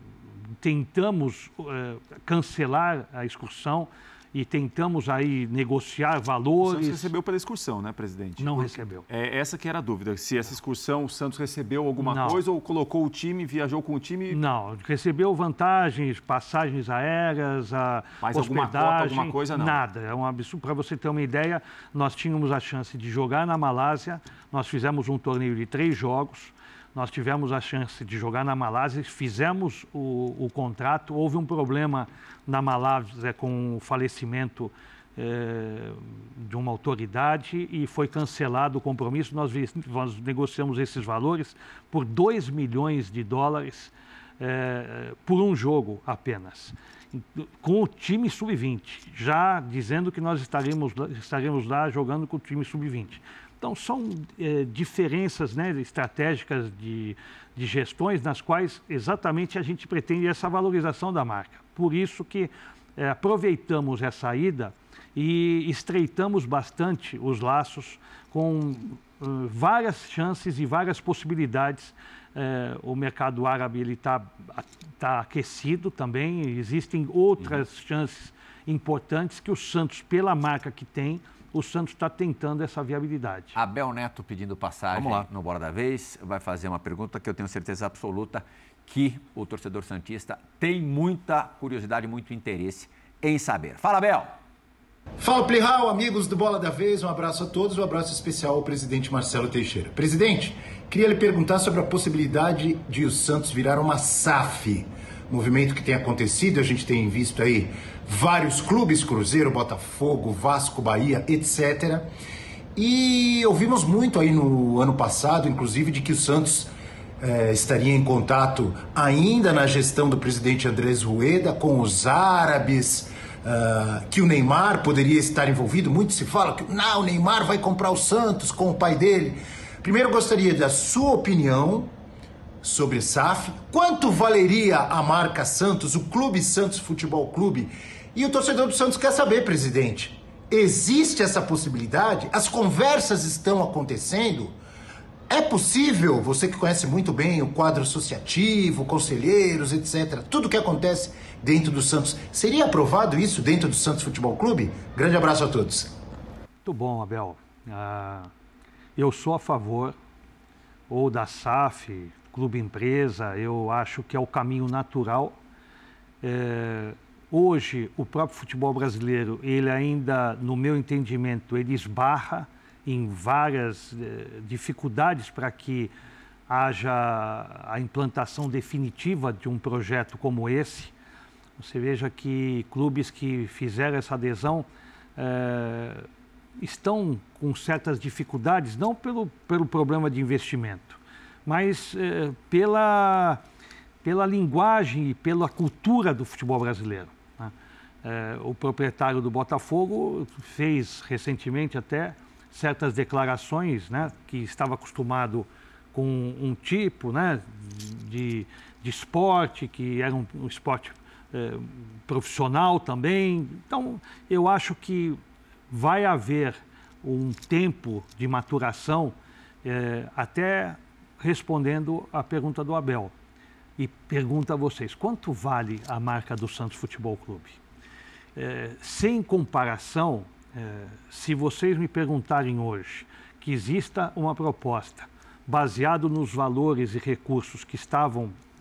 tentamos uh, cancelar a excursão e tentamos aí negociar valores. O Santos recebeu pela excursão, né, presidente? Não recebeu. É essa que era a dúvida, se essa excursão o Santos recebeu alguma Não. coisa ou colocou o time, viajou com o time... Não, recebeu vantagens, passagens aéreas, a Mas hospedagem, alguma cota, alguma coisa, não? Nada, é um absurdo. Para você ter uma ideia, nós tínhamos a chance de jogar na Malásia, nós fizemos um torneio de três jogos, nós tivemos a chance de jogar na Malásia, fizemos o, o contrato, houve um problema na Malásia com o falecimento eh, de uma autoridade e foi cancelado o compromisso. Nós, nós negociamos esses valores por dois milhões de dólares eh, por um jogo apenas, com o time sub vinte, já dizendo que nós estaremos, estaremos lá jogando com o time sub vinte. Então, são é, diferenças, né, estratégicas de, de gestões nas quais exatamente a gente pretende essa valorização da marca. Por isso que é, aproveitamos essa ida e estreitamos bastante os laços com uh, várias chances e várias possibilidades. É, o mercado árabe está tá aquecido também, existem outras uhum. chances importantes que o Santos, pela marca que tem, o Santos está tentando essa viabilidade. Abel Neto pedindo passagem no Bola da Vez, vai fazer uma pergunta que eu tenho certeza absoluta que o torcedor santista tem muita curiosidade, muito interesse em saber. Fala, Abel! Fala, Plihal, amigos do Bola da Vez, um abraço a todos, um abraço especial ao presidente Marcelo Teixeira. Presidente, queria lhe perguntar sobre a possibilidade de o Santos virar uma S A F, movimento que tem acontecido, a gente tem visto aí vários clubes, Cruzeiro, Botafogo, Vasco, Bahia, etcétera. E ouvimos muito aí no ano passado, inclusive, de que o Santos eh, estaria em contato ainda na gestão do presidente Andrés Rueda com os árabes, uh, que o Neymar poderia estar envolvido. Muito se fala que não, o Neymar vai comprar o Santos com o pai dele. Primeiro, eu gostaria da sua opinião sobre S A F, quanto valeria a marca Santos, o Clube Santos Futebol Clube? E o torcedor do Santos quer saber, presidente, existe essa possibilidade? As conversas estão acontecendo? É possível, você que conhece muito bem o quadro associativo, conselheiros, etcétera, tudo que acontece dentro do Santos, seria aprovado isso dentro do Santos Futebol Clube? Grande abraço a todos. Muito bom, Abel. Uh, eu sou a favor ou da S A F, Clube Empresa, eu acho que é o caminho natural. É, hoje, o próprio futebol brasileiro, ele ainda, no meu entendimento, ele esbarra em várias eh, dificuldades para que haja a implantação definitiva de um projeto como esse. Você veja que clubes que fizeram essa adesão eh, estão com certas dificuldades, não pelo, pelo problema de investimento, mas eh, pela, pela linguagem e pela cultura do futebol brasileiro. Né? Eh, o proprietário do Botafogo fez recentemente até certas declarações, né, que estava acostumado com um tipo, né, de, de esporte, que era um, um esporte eh, profissional também. Então, eu acho que vai haver um tempo de maturação, eh, até respondendo à pergunta do Abel. E pergunta a vocês, quanto vale a marca do Santos Futebol Clube? Eh, sem comparação, É, se vocês me perguntarem hoje que exista uma proposta baseada nos valores e recursos que estavam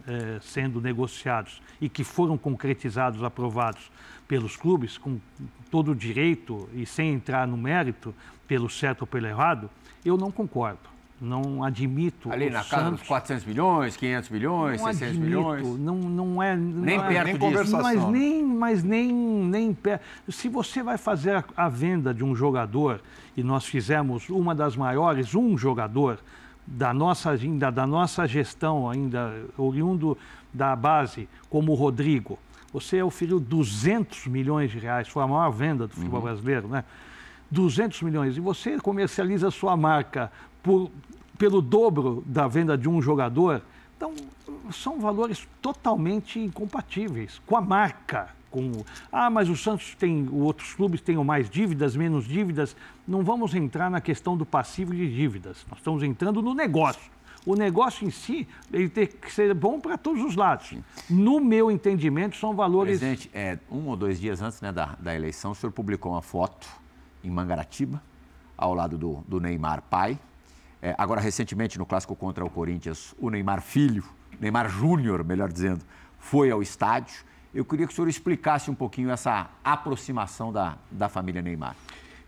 eh, sendo negociados e que foram concretizados, aprovados pelos clubes, com todo o direito e sem entrar no mérito, pelo certo ou pelo errado, eu não concordo. Não admito. Ali na casa Santos, dos quatrocentos milhões, quinhentos milhões, não seiscentos admito, milhões. Não, não é. Não Nem é, perto nem disso. conversação. Mas nem, mas nem, nem perto. Se você vai fazer a, a venda de um jogador, e nós fizemos uma das maiores, um jogador da nossa, ainda, da nossa gestão, ainda oriundo da base, como o Rodrigo, você oferiu duzentos milhões de reais, foi a maior venda do futebol Uhum. brasileiro, né? duzentos milhões. E você comercializa a sua marca por, pelo dobro da venda de um jogador. Então, são valores totalmente incompatíveis com a marca. Com, ah, mas o Santos tem, outros clubes têm mais dívidas, menos dívidas. Não vamos entrar na questão do passivo de dívidas. Nós estamos entrando no negócio. O negócio em si, ele tem que ser bom para todos os lados. No meu entendimento, são valores... Presidente, é, um ou dois dias antes, né, da, da eleição, o senhor publicou uma foto em Mangaratiba, ao lado do, do Neymar pai. É, agora, recentemente, no clássico contra o Corinthians, o Neymar filho, Neymar Júnior, melhor dizendo, foi ao estádio. Eu queria que o senhor explicasse um pouquinho essa aproximação da, da família Neymar.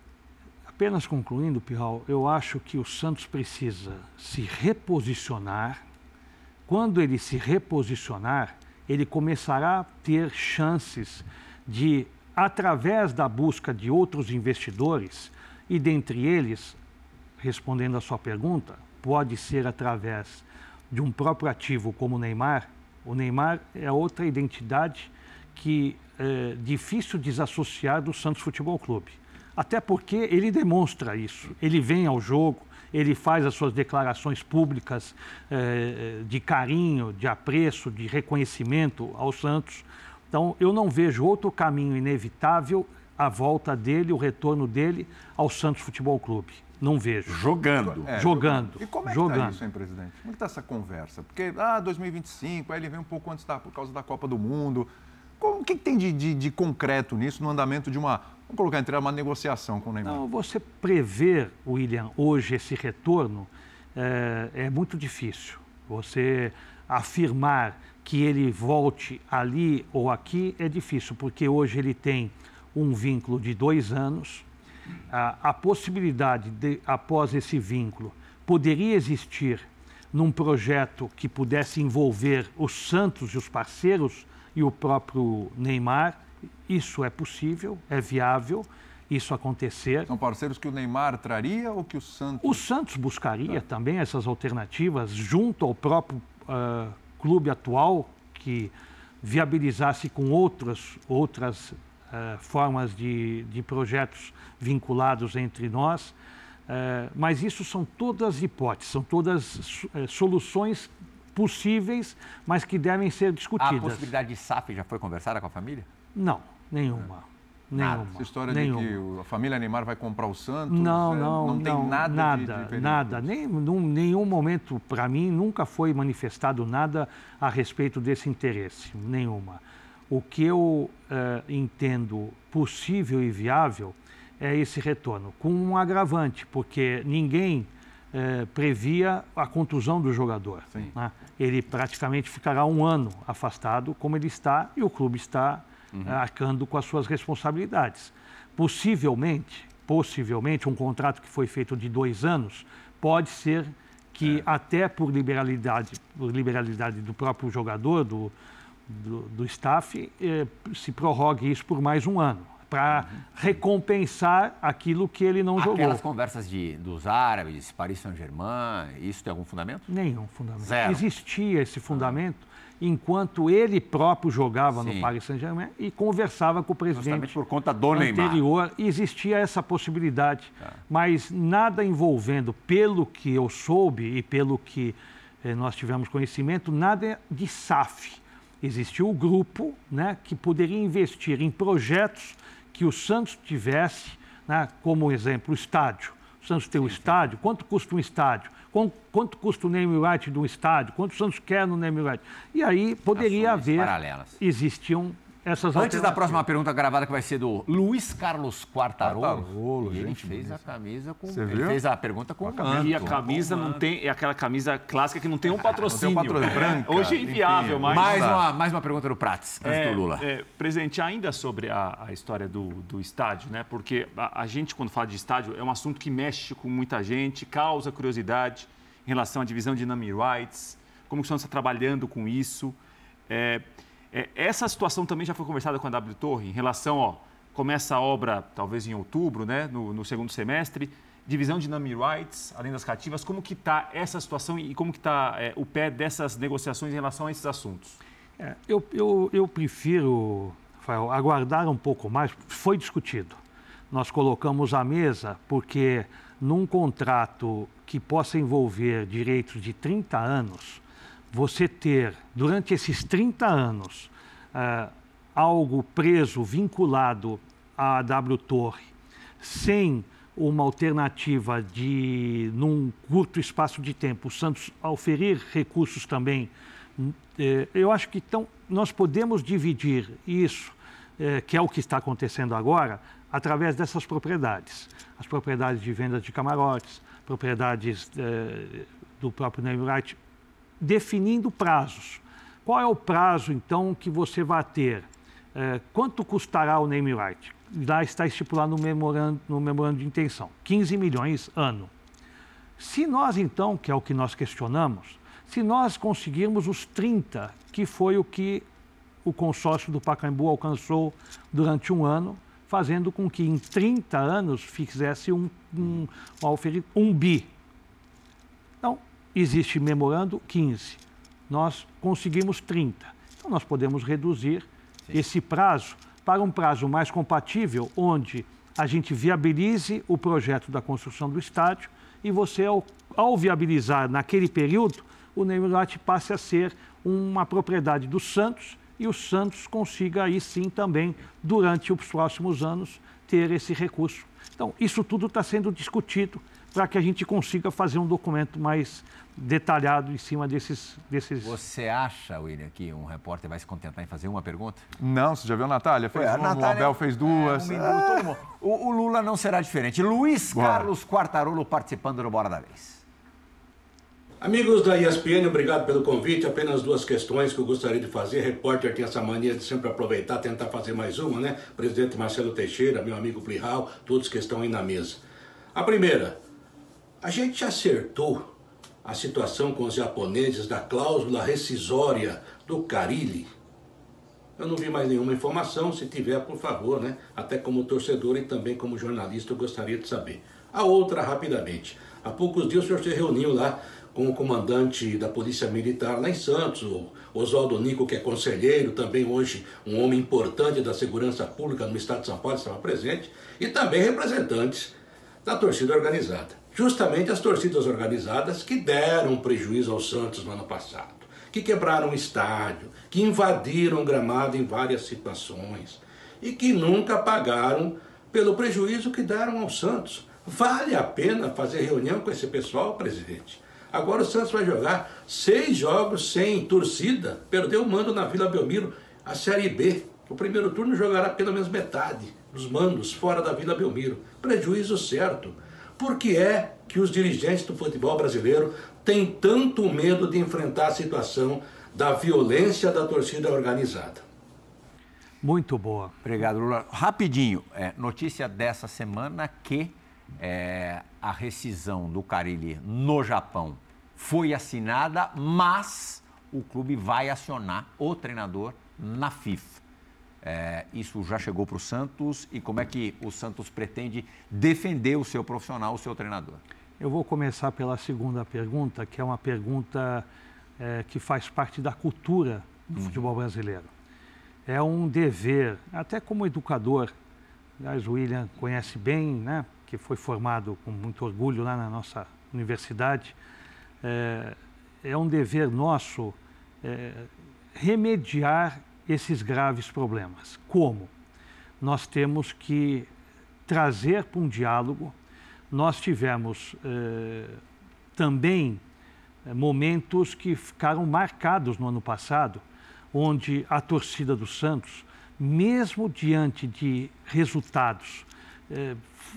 Apenas concluindo, Pirral, eu acho que o Santos precisa se reposicionar. Quando ele se reposicionar, ele começará a ter chances de, através da busca de outros investidores, e dentre eles, respondendo à sua pergunta, pode ser através de um próprio ativo como o Neymar. O Neymar é outra identidade que é difícil desassociar do Santos Futebol Clube. Até porque ele demonstra isso. Ele vem ao jogo, ele faz as suas declarações públicas eh, de carinho, de apreço, de reconhecimento ao Santos. Então, eu não vejo outro caminho inevitável a volta dele, o retorno dele ao Santos Futebol Clube. Não vejo. Jogando. É, jogando. E como é que jogando. está isso, hein, presidente? Como é que está essa conversa? Porque, ah, dois mil e vinte e cinco, aí ele vem um pouco antes da, por causa da Copa do Mundo. Como, o que, que tem de, de, de concreto nisso, no andamento de uma, vamos colocar entre uma negociação com o Neymar? Não, você prever, William, hoje esse retorno é, é muito difícil. Você afirmar que ele volte ali ou aqui é difícil, porque hoje ele tem um vínculo de dois anos. A, a possibilidade de, após esse vínculo, poderia existir num projeto que pudesse envolver os Santos e os parceiros e o próprio Neymar. Isso é possível, é viável isso acontecer. São parceiros que o Neymar traria ou que o Santos... O Santos buscaria tá. também essas alternativas junto ao próprio uh, clube atual, que viabilizasse com outras, outras uh, formas de, de projetos vinculados entre nós. Uh, mas isso são todas hipóteses, são todas uh, soluções possíveis, mas que devem ser discutidas. A possibilidade de S A F já foi conversada com a família? Não, nenhuma. Nada. Nenhuma. Essa história nenhuma. de que a família Neymar vai comprar o Santos... Não, é, não, não tem não, nada, nada, de, de nada. Nem, num, nenhum momento, para mim, nunca foi manifestado nada a respeito desse interesse, nenhuma. O que eu uh, entendo possível e viável é esse retorno, com um agravante, porque ninguém uh, previa a contusão do jogador. Né? Ele praticamente ficará um ano afastado, como ele está, e o clube está uhum. uh, arcando com as suas responsabilidades. Possivelmente, possivelmente, um contrato que foi feito de dois anos, pode ser que é. até por liberalidade, por liberalidade do próprio jogador, do, do, do staff, eh, se prorrogue isso por mais um ano, para uhum. recompensar aquilo que ele não Aquelas jogou. Aquelas conversas de, dos árabes, Paris Saint-Germain, isso tem algum fundamento? Nenhum fundamento. Zero. Existia esse fundamento uhum. enquanto ele próprio jogava Sim. no Paris Saint-Germain e conversava com o presidente. Justamente por conta do anterior, Neymar. Existia essa possibilidade, tá. mas nada envolvendo, pelo que eu soube e pelo que eh, nós tivemos conhecimento, nada de S A F. Existiu o grupo, né, que poderia investir em projetos que o Santos tivesse, né, como exemplo, o estádio. O Santos tem o estádio, quanto custa um estádio? Quanto, quanto custa o name right de um estádio? Quanto o Santos quer no name right? E aí poderia Ações haver, paralelas. existiam essas Antes da próxima pergunta gravada, que vai ser do Luiz Carlos Quartarolo. Quartarolo, Ele gente fez bonita. a camisa com... Você Ele viu? fez a pergunta com o manto. E a camisa não tem, é aquela camisa clássica que não tem um patrocínio. Não tem um patrocínio, branca, Hoje é inviável, limpinha. mas... Mais uma, mais uma pergunta do Prates, antes É, do Lula. é, presidente, ainda sobre a, a história do, do estádio, né? Porque a, a gente, quando fala de estádio, é um assunto que mexe com muita gente, causa curiosidade em relação à divisão de naming rights, como que o Santos está trabalhando com isso. É, é, essa situação também já foi conversada com a W Torre em relação, ó, começa a obra talvez em outubro, né? No, no segundo semestre, divisão de naming rights, além das cativas, como que está essa situação e como que está é, o pé dessas negociações em relação a esses assuntos? É, eu, eu, eu prefiro, Rafael, aguardar um pouco mais. Foi discutido. Nós colocamos à mesa porque num contrato que possa envolver direitos de trinta anos, você ter, durante esses trinta anos, uh, algo preso, vinculado à W Torre, sem uma alternativa de, num curto espaço de tempo, o Santos oferir recursos também, eh, eu acho que então, nós podemos dividir isso, eh, que é o que está acontecendo agora, através dessas propriedades. As propriedades de venda de camarotes, propriedades eh, do próprio name right, definindo prazos. Qual é o prazo, então, que você vai ter? Eh, quanto custará o name right? Lá está estipulado no memorando, no memorando de intenção, quinze milhões ano. Se nós, então, que é o que nós questionamos, se nós conseguirmos os trinta, que foi o que o consórcio do Pacaembu alcançou durante um ano, fazendo com que em trinta anos fizesse um, um, um, um bi. Então, existe memorando quinze. Nós conseguimos trinta. Então, nós podemos reduzir Sim. esse prazo para um prazo mais compatível, onde a gente viabilize o projeto da construção do estádio e você, ao, ao viabilizar naquele período, o name right passe a ser uma propriedade do Santos e o Santos consiga aí sim também, durante os próximos anos, ter esse recurso. Então, isso tudo está sendo discutido para que a gente consiga fazer um documento mais detalhado em cima desses... desses... Você acha, William, que um repórter vai se contentar em fazer uma pergunta? Não, você já viu a Natália? Fez Foi, a uma, Natália, o Abel fez duas. É, um minuto, todo mundo. O, o Lula não será diferente. Luiz Bora. Carlos Quartarolo participando do Bora da Vez. Amigos da E S P N, obrigado pelo convite. Apenas duas questões que eu gostaria de fazer. Repórter tem essa mania de sempre aproveitar, tentar fazer mais uma, né? Presidente Marcelo Teixeira, meu amigo Plihal, todos que estão aí na mesa. A primeira, a gente acertou a situação com os japoneses da cláusula rescisória do Carille. Eu não vi mais nenhuma informação. Se tiver, por favor, né? Até como torcedor e também como jornalista, eu gostaria de saber. A outra, rapidamente. Há poucos dias o senhor se reuniu lá com o comandante da Polícia Militar lá em Santos, o Oswaldo Nico, que é conselheiro, também hoje um homem importante da segurança pública no estado de São Paulo, estava presente, e também representantes da torcida organizada. Justamente as torcidas organizadas que deram prejuízo ao Santos no ano passado, que quebraram o estádio, que invadiram o gramado em várias situações e que nunca pagaram pelo prejuízo que deram ao Santos. Vale a pena fazer reunião com esse pessoal, presidente? Agora o Santos vai jogar seis jogos sem torcida, perdeu o mando na Vila Belmiro, a Série B. O primeiro turno jogará pelo menos metade dos mandos fora da Vila Belmiro. Prejuízo certo. Por que é que os dirigentes do futebol brasileiro têm tanto medo de enfrentar a situação da violência da torcida organizada? Muito boa. Obrigado, Lula. Rapidinho, é, notícia dessa semana que é, a rescisão do Carille no Japão foi assinada, mas o clube vai acionar o treinador na FIFA. É, isso já chegou para o Santos e como é que o Santos pretende defender o seu profissional, o seu treinador? Eu vou começar pela segunda pergunta, que é uma pergunta é, que faz parte da cultura do uhum. futebol brasileiro. É um dever, até como educador, aliás, o William conhece bem, né, que foi formado com muito orgulho lá na nossa universidade, é, é um dever nosso é, remediar esses graves problemas. Como? Nós temos que trazer para um diálogo. Nós tivemos eh, também eh, momentos que ficaram marcados no ano passado, onde a torcida do Santos mesmo diante de resultados eh,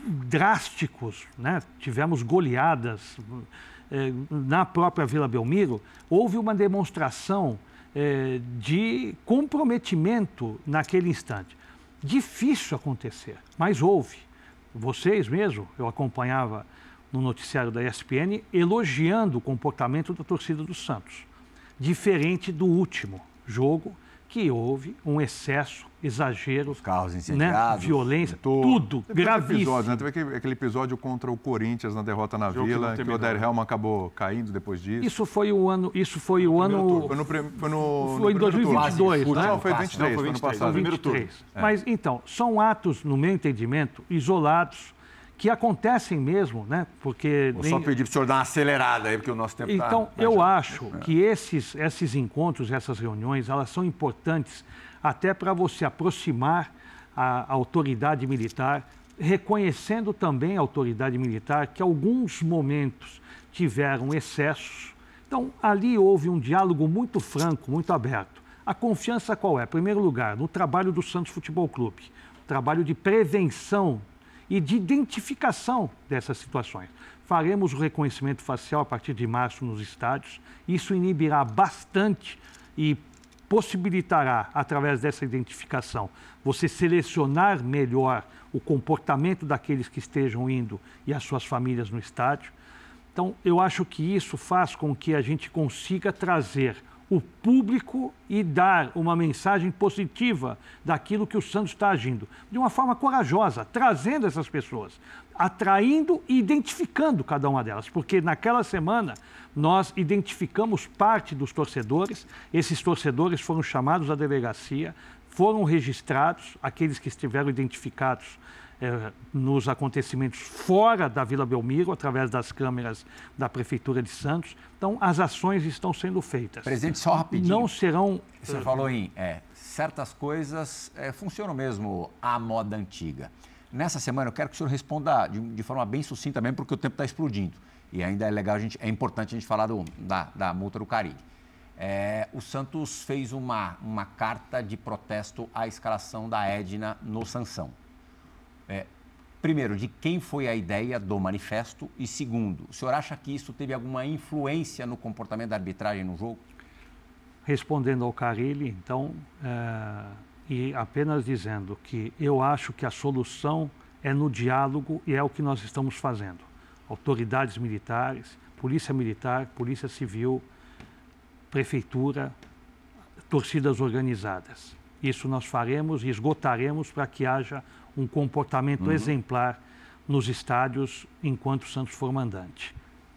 drásticos, né? Tivemos goleadas eh, na própria Vila Belmiro, houve uma demonstração eh, de comprometimento naquele instante. Difícil acontecer, mas houve. Vocês mesmo, eu acompanhava no noticiário da E S P N, elogiando o comportamento da torcida do Santos. Diferente do último jogo, que houve um excesso, exagero, os carros né, incendiados, violência, Tô... tudo Teve gravíssimo. Episódio, né? Teve aquele, aquele episódio contra o Corinthians na derrota na Jogo Vila, que, que, que o Odair Helman acabou caindo depois disso. Isso foi o ano, isso foi o ano, Foi no, prim- foi no, foi em no dois mil e vinte e dois, turno. né? Não, foi vinte e três, Não, foi foi ano vinte e três, passado. primeiro turno. vinte e três. Mas então, são atos, no meu entendimento, isolados, que acontecem mesmo, né? Porque Vou nem- só pedir para o senhor dar uma acelerada aí, porque o nosso tempo está... Então, eu acho que esses, esses encontros, essas reuniões, elas são importantes até para você aproximar a autoridade militar, reconhecendo também a autoridade militar que alguns momentos tiveram excessos. Então, ali houve um diálogo muito franco, muito aberto. A confiança qual é? Em primeiro lugar, no trabalho do Santos Futebol Clube, trabalho de prevenção e de identificação dessas situações. Faremos o reconhecimento facial a partir de março nos estádios. Isso inibirá bastante e possibilitará, através dessa identificação, você selecionar melhor o comportamento daqueles que estejam indo e as suas famílias no estádio. Então, eu acho que isso faz com que a gente consiga trazer o público e dar uma mensagem positiva daquilo que o Santos está agindo, de uma forma corajosa, trazendo essas pessoas, atraindo e identificando cada uma delas, porque naquela semana nós identificamos parte dos torcedores, esses torcedores foram chamados à delegacia, foram registrados, aqueles que estiveram identificados Eh, nos acontecimentos fora da Vila Belmiro, através das câmeras da Prefeitura de Santos. Então, as ações estão sendo feitas. Presidente, só rapidinho. Não serão... Você falou em é, certas coisas é, funcionam mesmo à moda antiga. Nessa semana, eu quero que o senhor responda de, de forma bem sucinta também, porque o tempo está explodindo. E ainda é legal, a gente, é importante a gente falar do, da, da multa do Carille. É, o Santos fez uma, uma carta de protesto à escalação da Edna no Sansão. É, primeiro, de quem foi a ideia do manifesto? E segundo, o senhor acha que isso teve alguma influência no comportamento da arbitragem no jogo? Respondendo ao Carille, então, é, e apenas dizendo que eu acho que a solução é no diálogo e é o que nós estamos fazendo. Autoridades militares, Polícia Militar, Polícia Civil, Prefeitura, torcidas organizadas. Isso nós faremos e esgotaremos para que haja um comportamento uhum. exemplar nos estádios enquanto o Santos for mandante.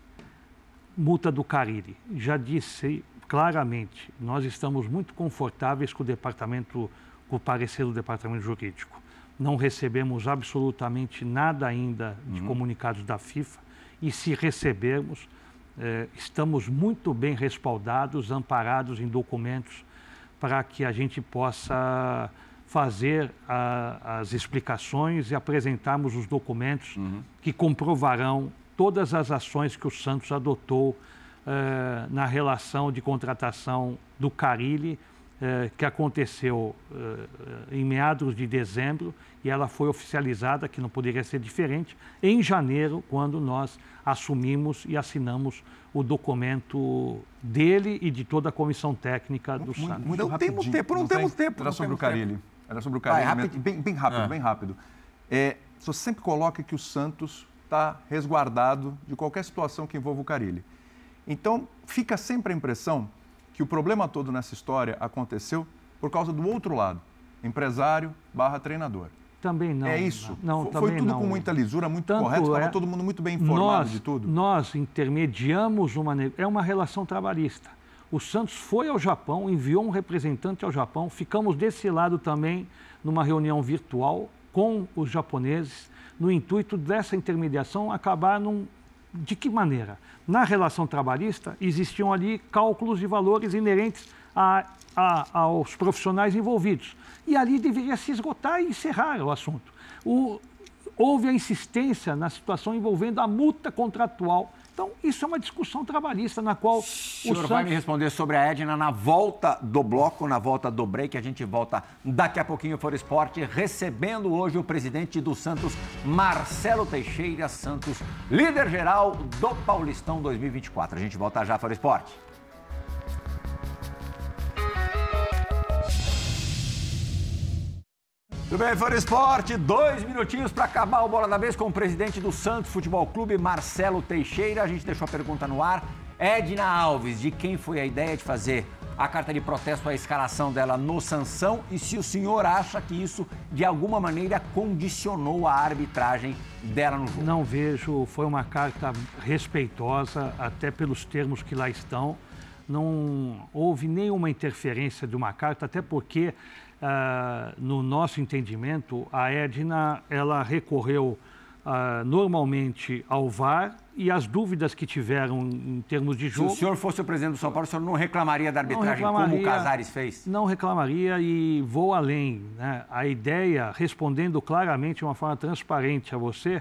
Multa do Carille. Já disse claramente, nós estamos muito confortáveis com o departamento, com o parecer do departamento jurídico. Não recebemos absolutamente nada ainda de uhum. comunicados da FIFA e se recebermos, eh, estamos muito bem respaldados, amparados em documentos para que a gente possa fazer a, as explicações e apresentarmos os documentos uhum. que comprovarão todas as ações que o Santos adotou uh, na relação de contratação do Carille, uh, que aconteceu uh, em meados de dezembro e ela foi oficializada, que não poderia ser diferente, em janeiro, quando nós assumimos e assinamos o documento dele e de toda a comissão técnica do muito, Santos. Muito não temos tempo, não, não temos tempo. Era não sobre temos o Carille. tempo. Era sobre o Carille. Vai, rápido. Bem, bem rápido, ah. bem rápido. É, você sempre coloca que o Santos está resguardado de qualquer situação que envolva o Carille. Então, fica sempre a impressão que o problema todo nessa história aconteceu por causa do outro lado, empresário barra treinador. Também não. É isso? Não, foi, também foi tudo não. com muita lisura, muito Tanto correto, estava é, todo mundo muito bem informado nós, de tudo. Nós intermediamos uma... É uma relação trabalhista. O Santos foi ao Japão, enviou um representante ao Japão, ficamos desse lado também numa reunião virtual com os japoneses, no intuito dessa intermediação acabar num... De que maneira? Na relação trabalhista, existiam ali cálculos de valores inerentes a, a, aos profissionais envolvidos. E ali deveria se esgotar e encerrar o assunto. O, houve a insistência na situação envolvendo a multa contratual Então, isso é uma discussão trabalhista na qual o, o senhor Santos... vai me responder sobre a Edna na volta do bloco, na volta do break. A gente volta daqui a pouquinho para o esporte, recebendo hoje o presidente do Santos, Marcelo Teixeira Santos, líder geral do Paulistão dois mil e vinte e quatro. A gente volta já para o esporte. Tudo bem, Fora Esporte, dois minutinhos para acabar o Bola da Vez com o presidente do Santos Futebol Clube, Marcelo Teixeira. A gente deixou a pergunta no ar. Edna Alves, de quem foi a ideia de fazer a carta de protesto, a escalação dela no Sansão, e se o senhor acha que isso, de alguma maneira, condicionou a arbitragem dela no jogo? Não vejo, foi uma carta respeitosa, até pelos termos que lá estão. Não houve nenhuma interferência de uma carta, até porque... Uh, no nosso entendimento, a Edna, ela recorreu uh, normalmente ao V A R e as dúvidas que tiveram em termos de jogo... Se o senhor fosse o presidente do São Paulo, o senhor não reclamaria da arbitragem como o Casares fez? Não reclamaria e vou além, né? A ideia, respondendo claramente de uma forma transparente a você,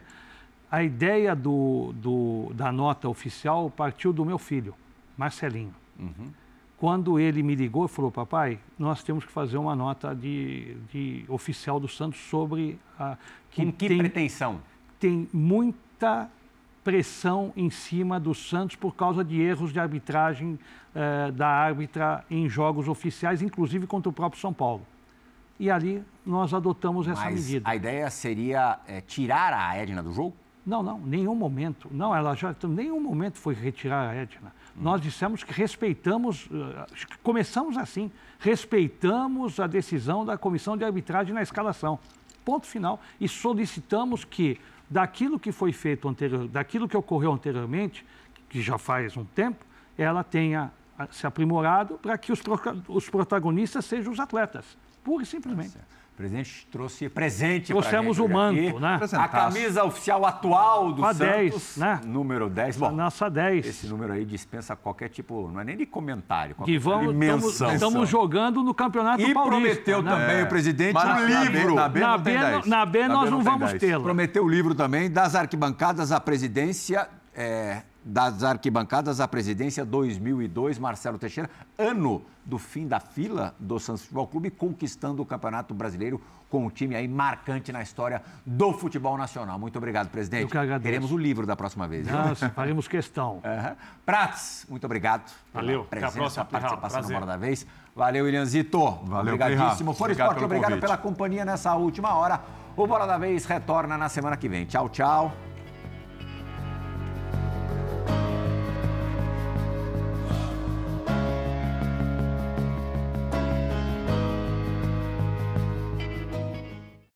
a ideia do, do, da nota oficial partiu do meu filho, Marcelinho. Uhum. Quando ele me ligou e falou, papai, nós temos que fazer uma nota de, de oficial do Santos sobre a... Que, que tem, pretensão? Tem muita pressão em cima do Santos por causa de erros de arbitragem eh, da árbitra em jogos oficiais, inclusive contra o próprio São Paulo. E ali nós adotamos essa Mas medida. A ideia seria é, tirar a Edna do jogo? Não, não, nenhum momento. Não, ela já, nenhum momento foi retirar a Edna. Hum. Nós dissemos que respeitamos, começamos assim, respeitamos a decisão da comissão de arbitragem na escalação. Ponto final. E solicitamos que, daquilo que foi feito anterior, daquilo que ocorreu anteriormente, que já faz um tempo, ela tenha se aprimorado para que os, os protagonistas sejam os atletas. Pura e simplesmente. O presidente trouxe presente para Trouxemos o manto, aqui, né? A camisa oficial atual do a Santos. dez, né? Número dez. Bom, a nossa dez. Esse número aí dispensa qualquer tipo, não é nem de comentário, qualquer que vamos, tipo de menção. Estamos jogando no Campeonato e Paulista. E prometeu né? também é. o presidente um livro. Na B, na B, na B, na B nós não, não vamos tê-lo. Prometeu o livro também das arquibancadas à presidência... É, das arquibancadas à presidência dois mil e dois, Marcelo Teixeira, ano do fim da fila do Santos Futebol Clube, conquistando o Campeonato Brasileiro com um time aí marcante na história do futebol nacional. Muito obrigado, presidente. Eu que agradeço. Teremos o livro da próxima vez. Nossa, faremos questão. Uhum. Prats, muito obrigado. Valeu. Pela presença, Até a próxima, participação no Bola da Vez. Valeu, Ilhanzito. Valeu, obrigadíssimo. For obrigado Esporte, obrigado convite. pela companhia nessa última hora. O Bola da Vez retorna na semana que vem. Tchau, tchau.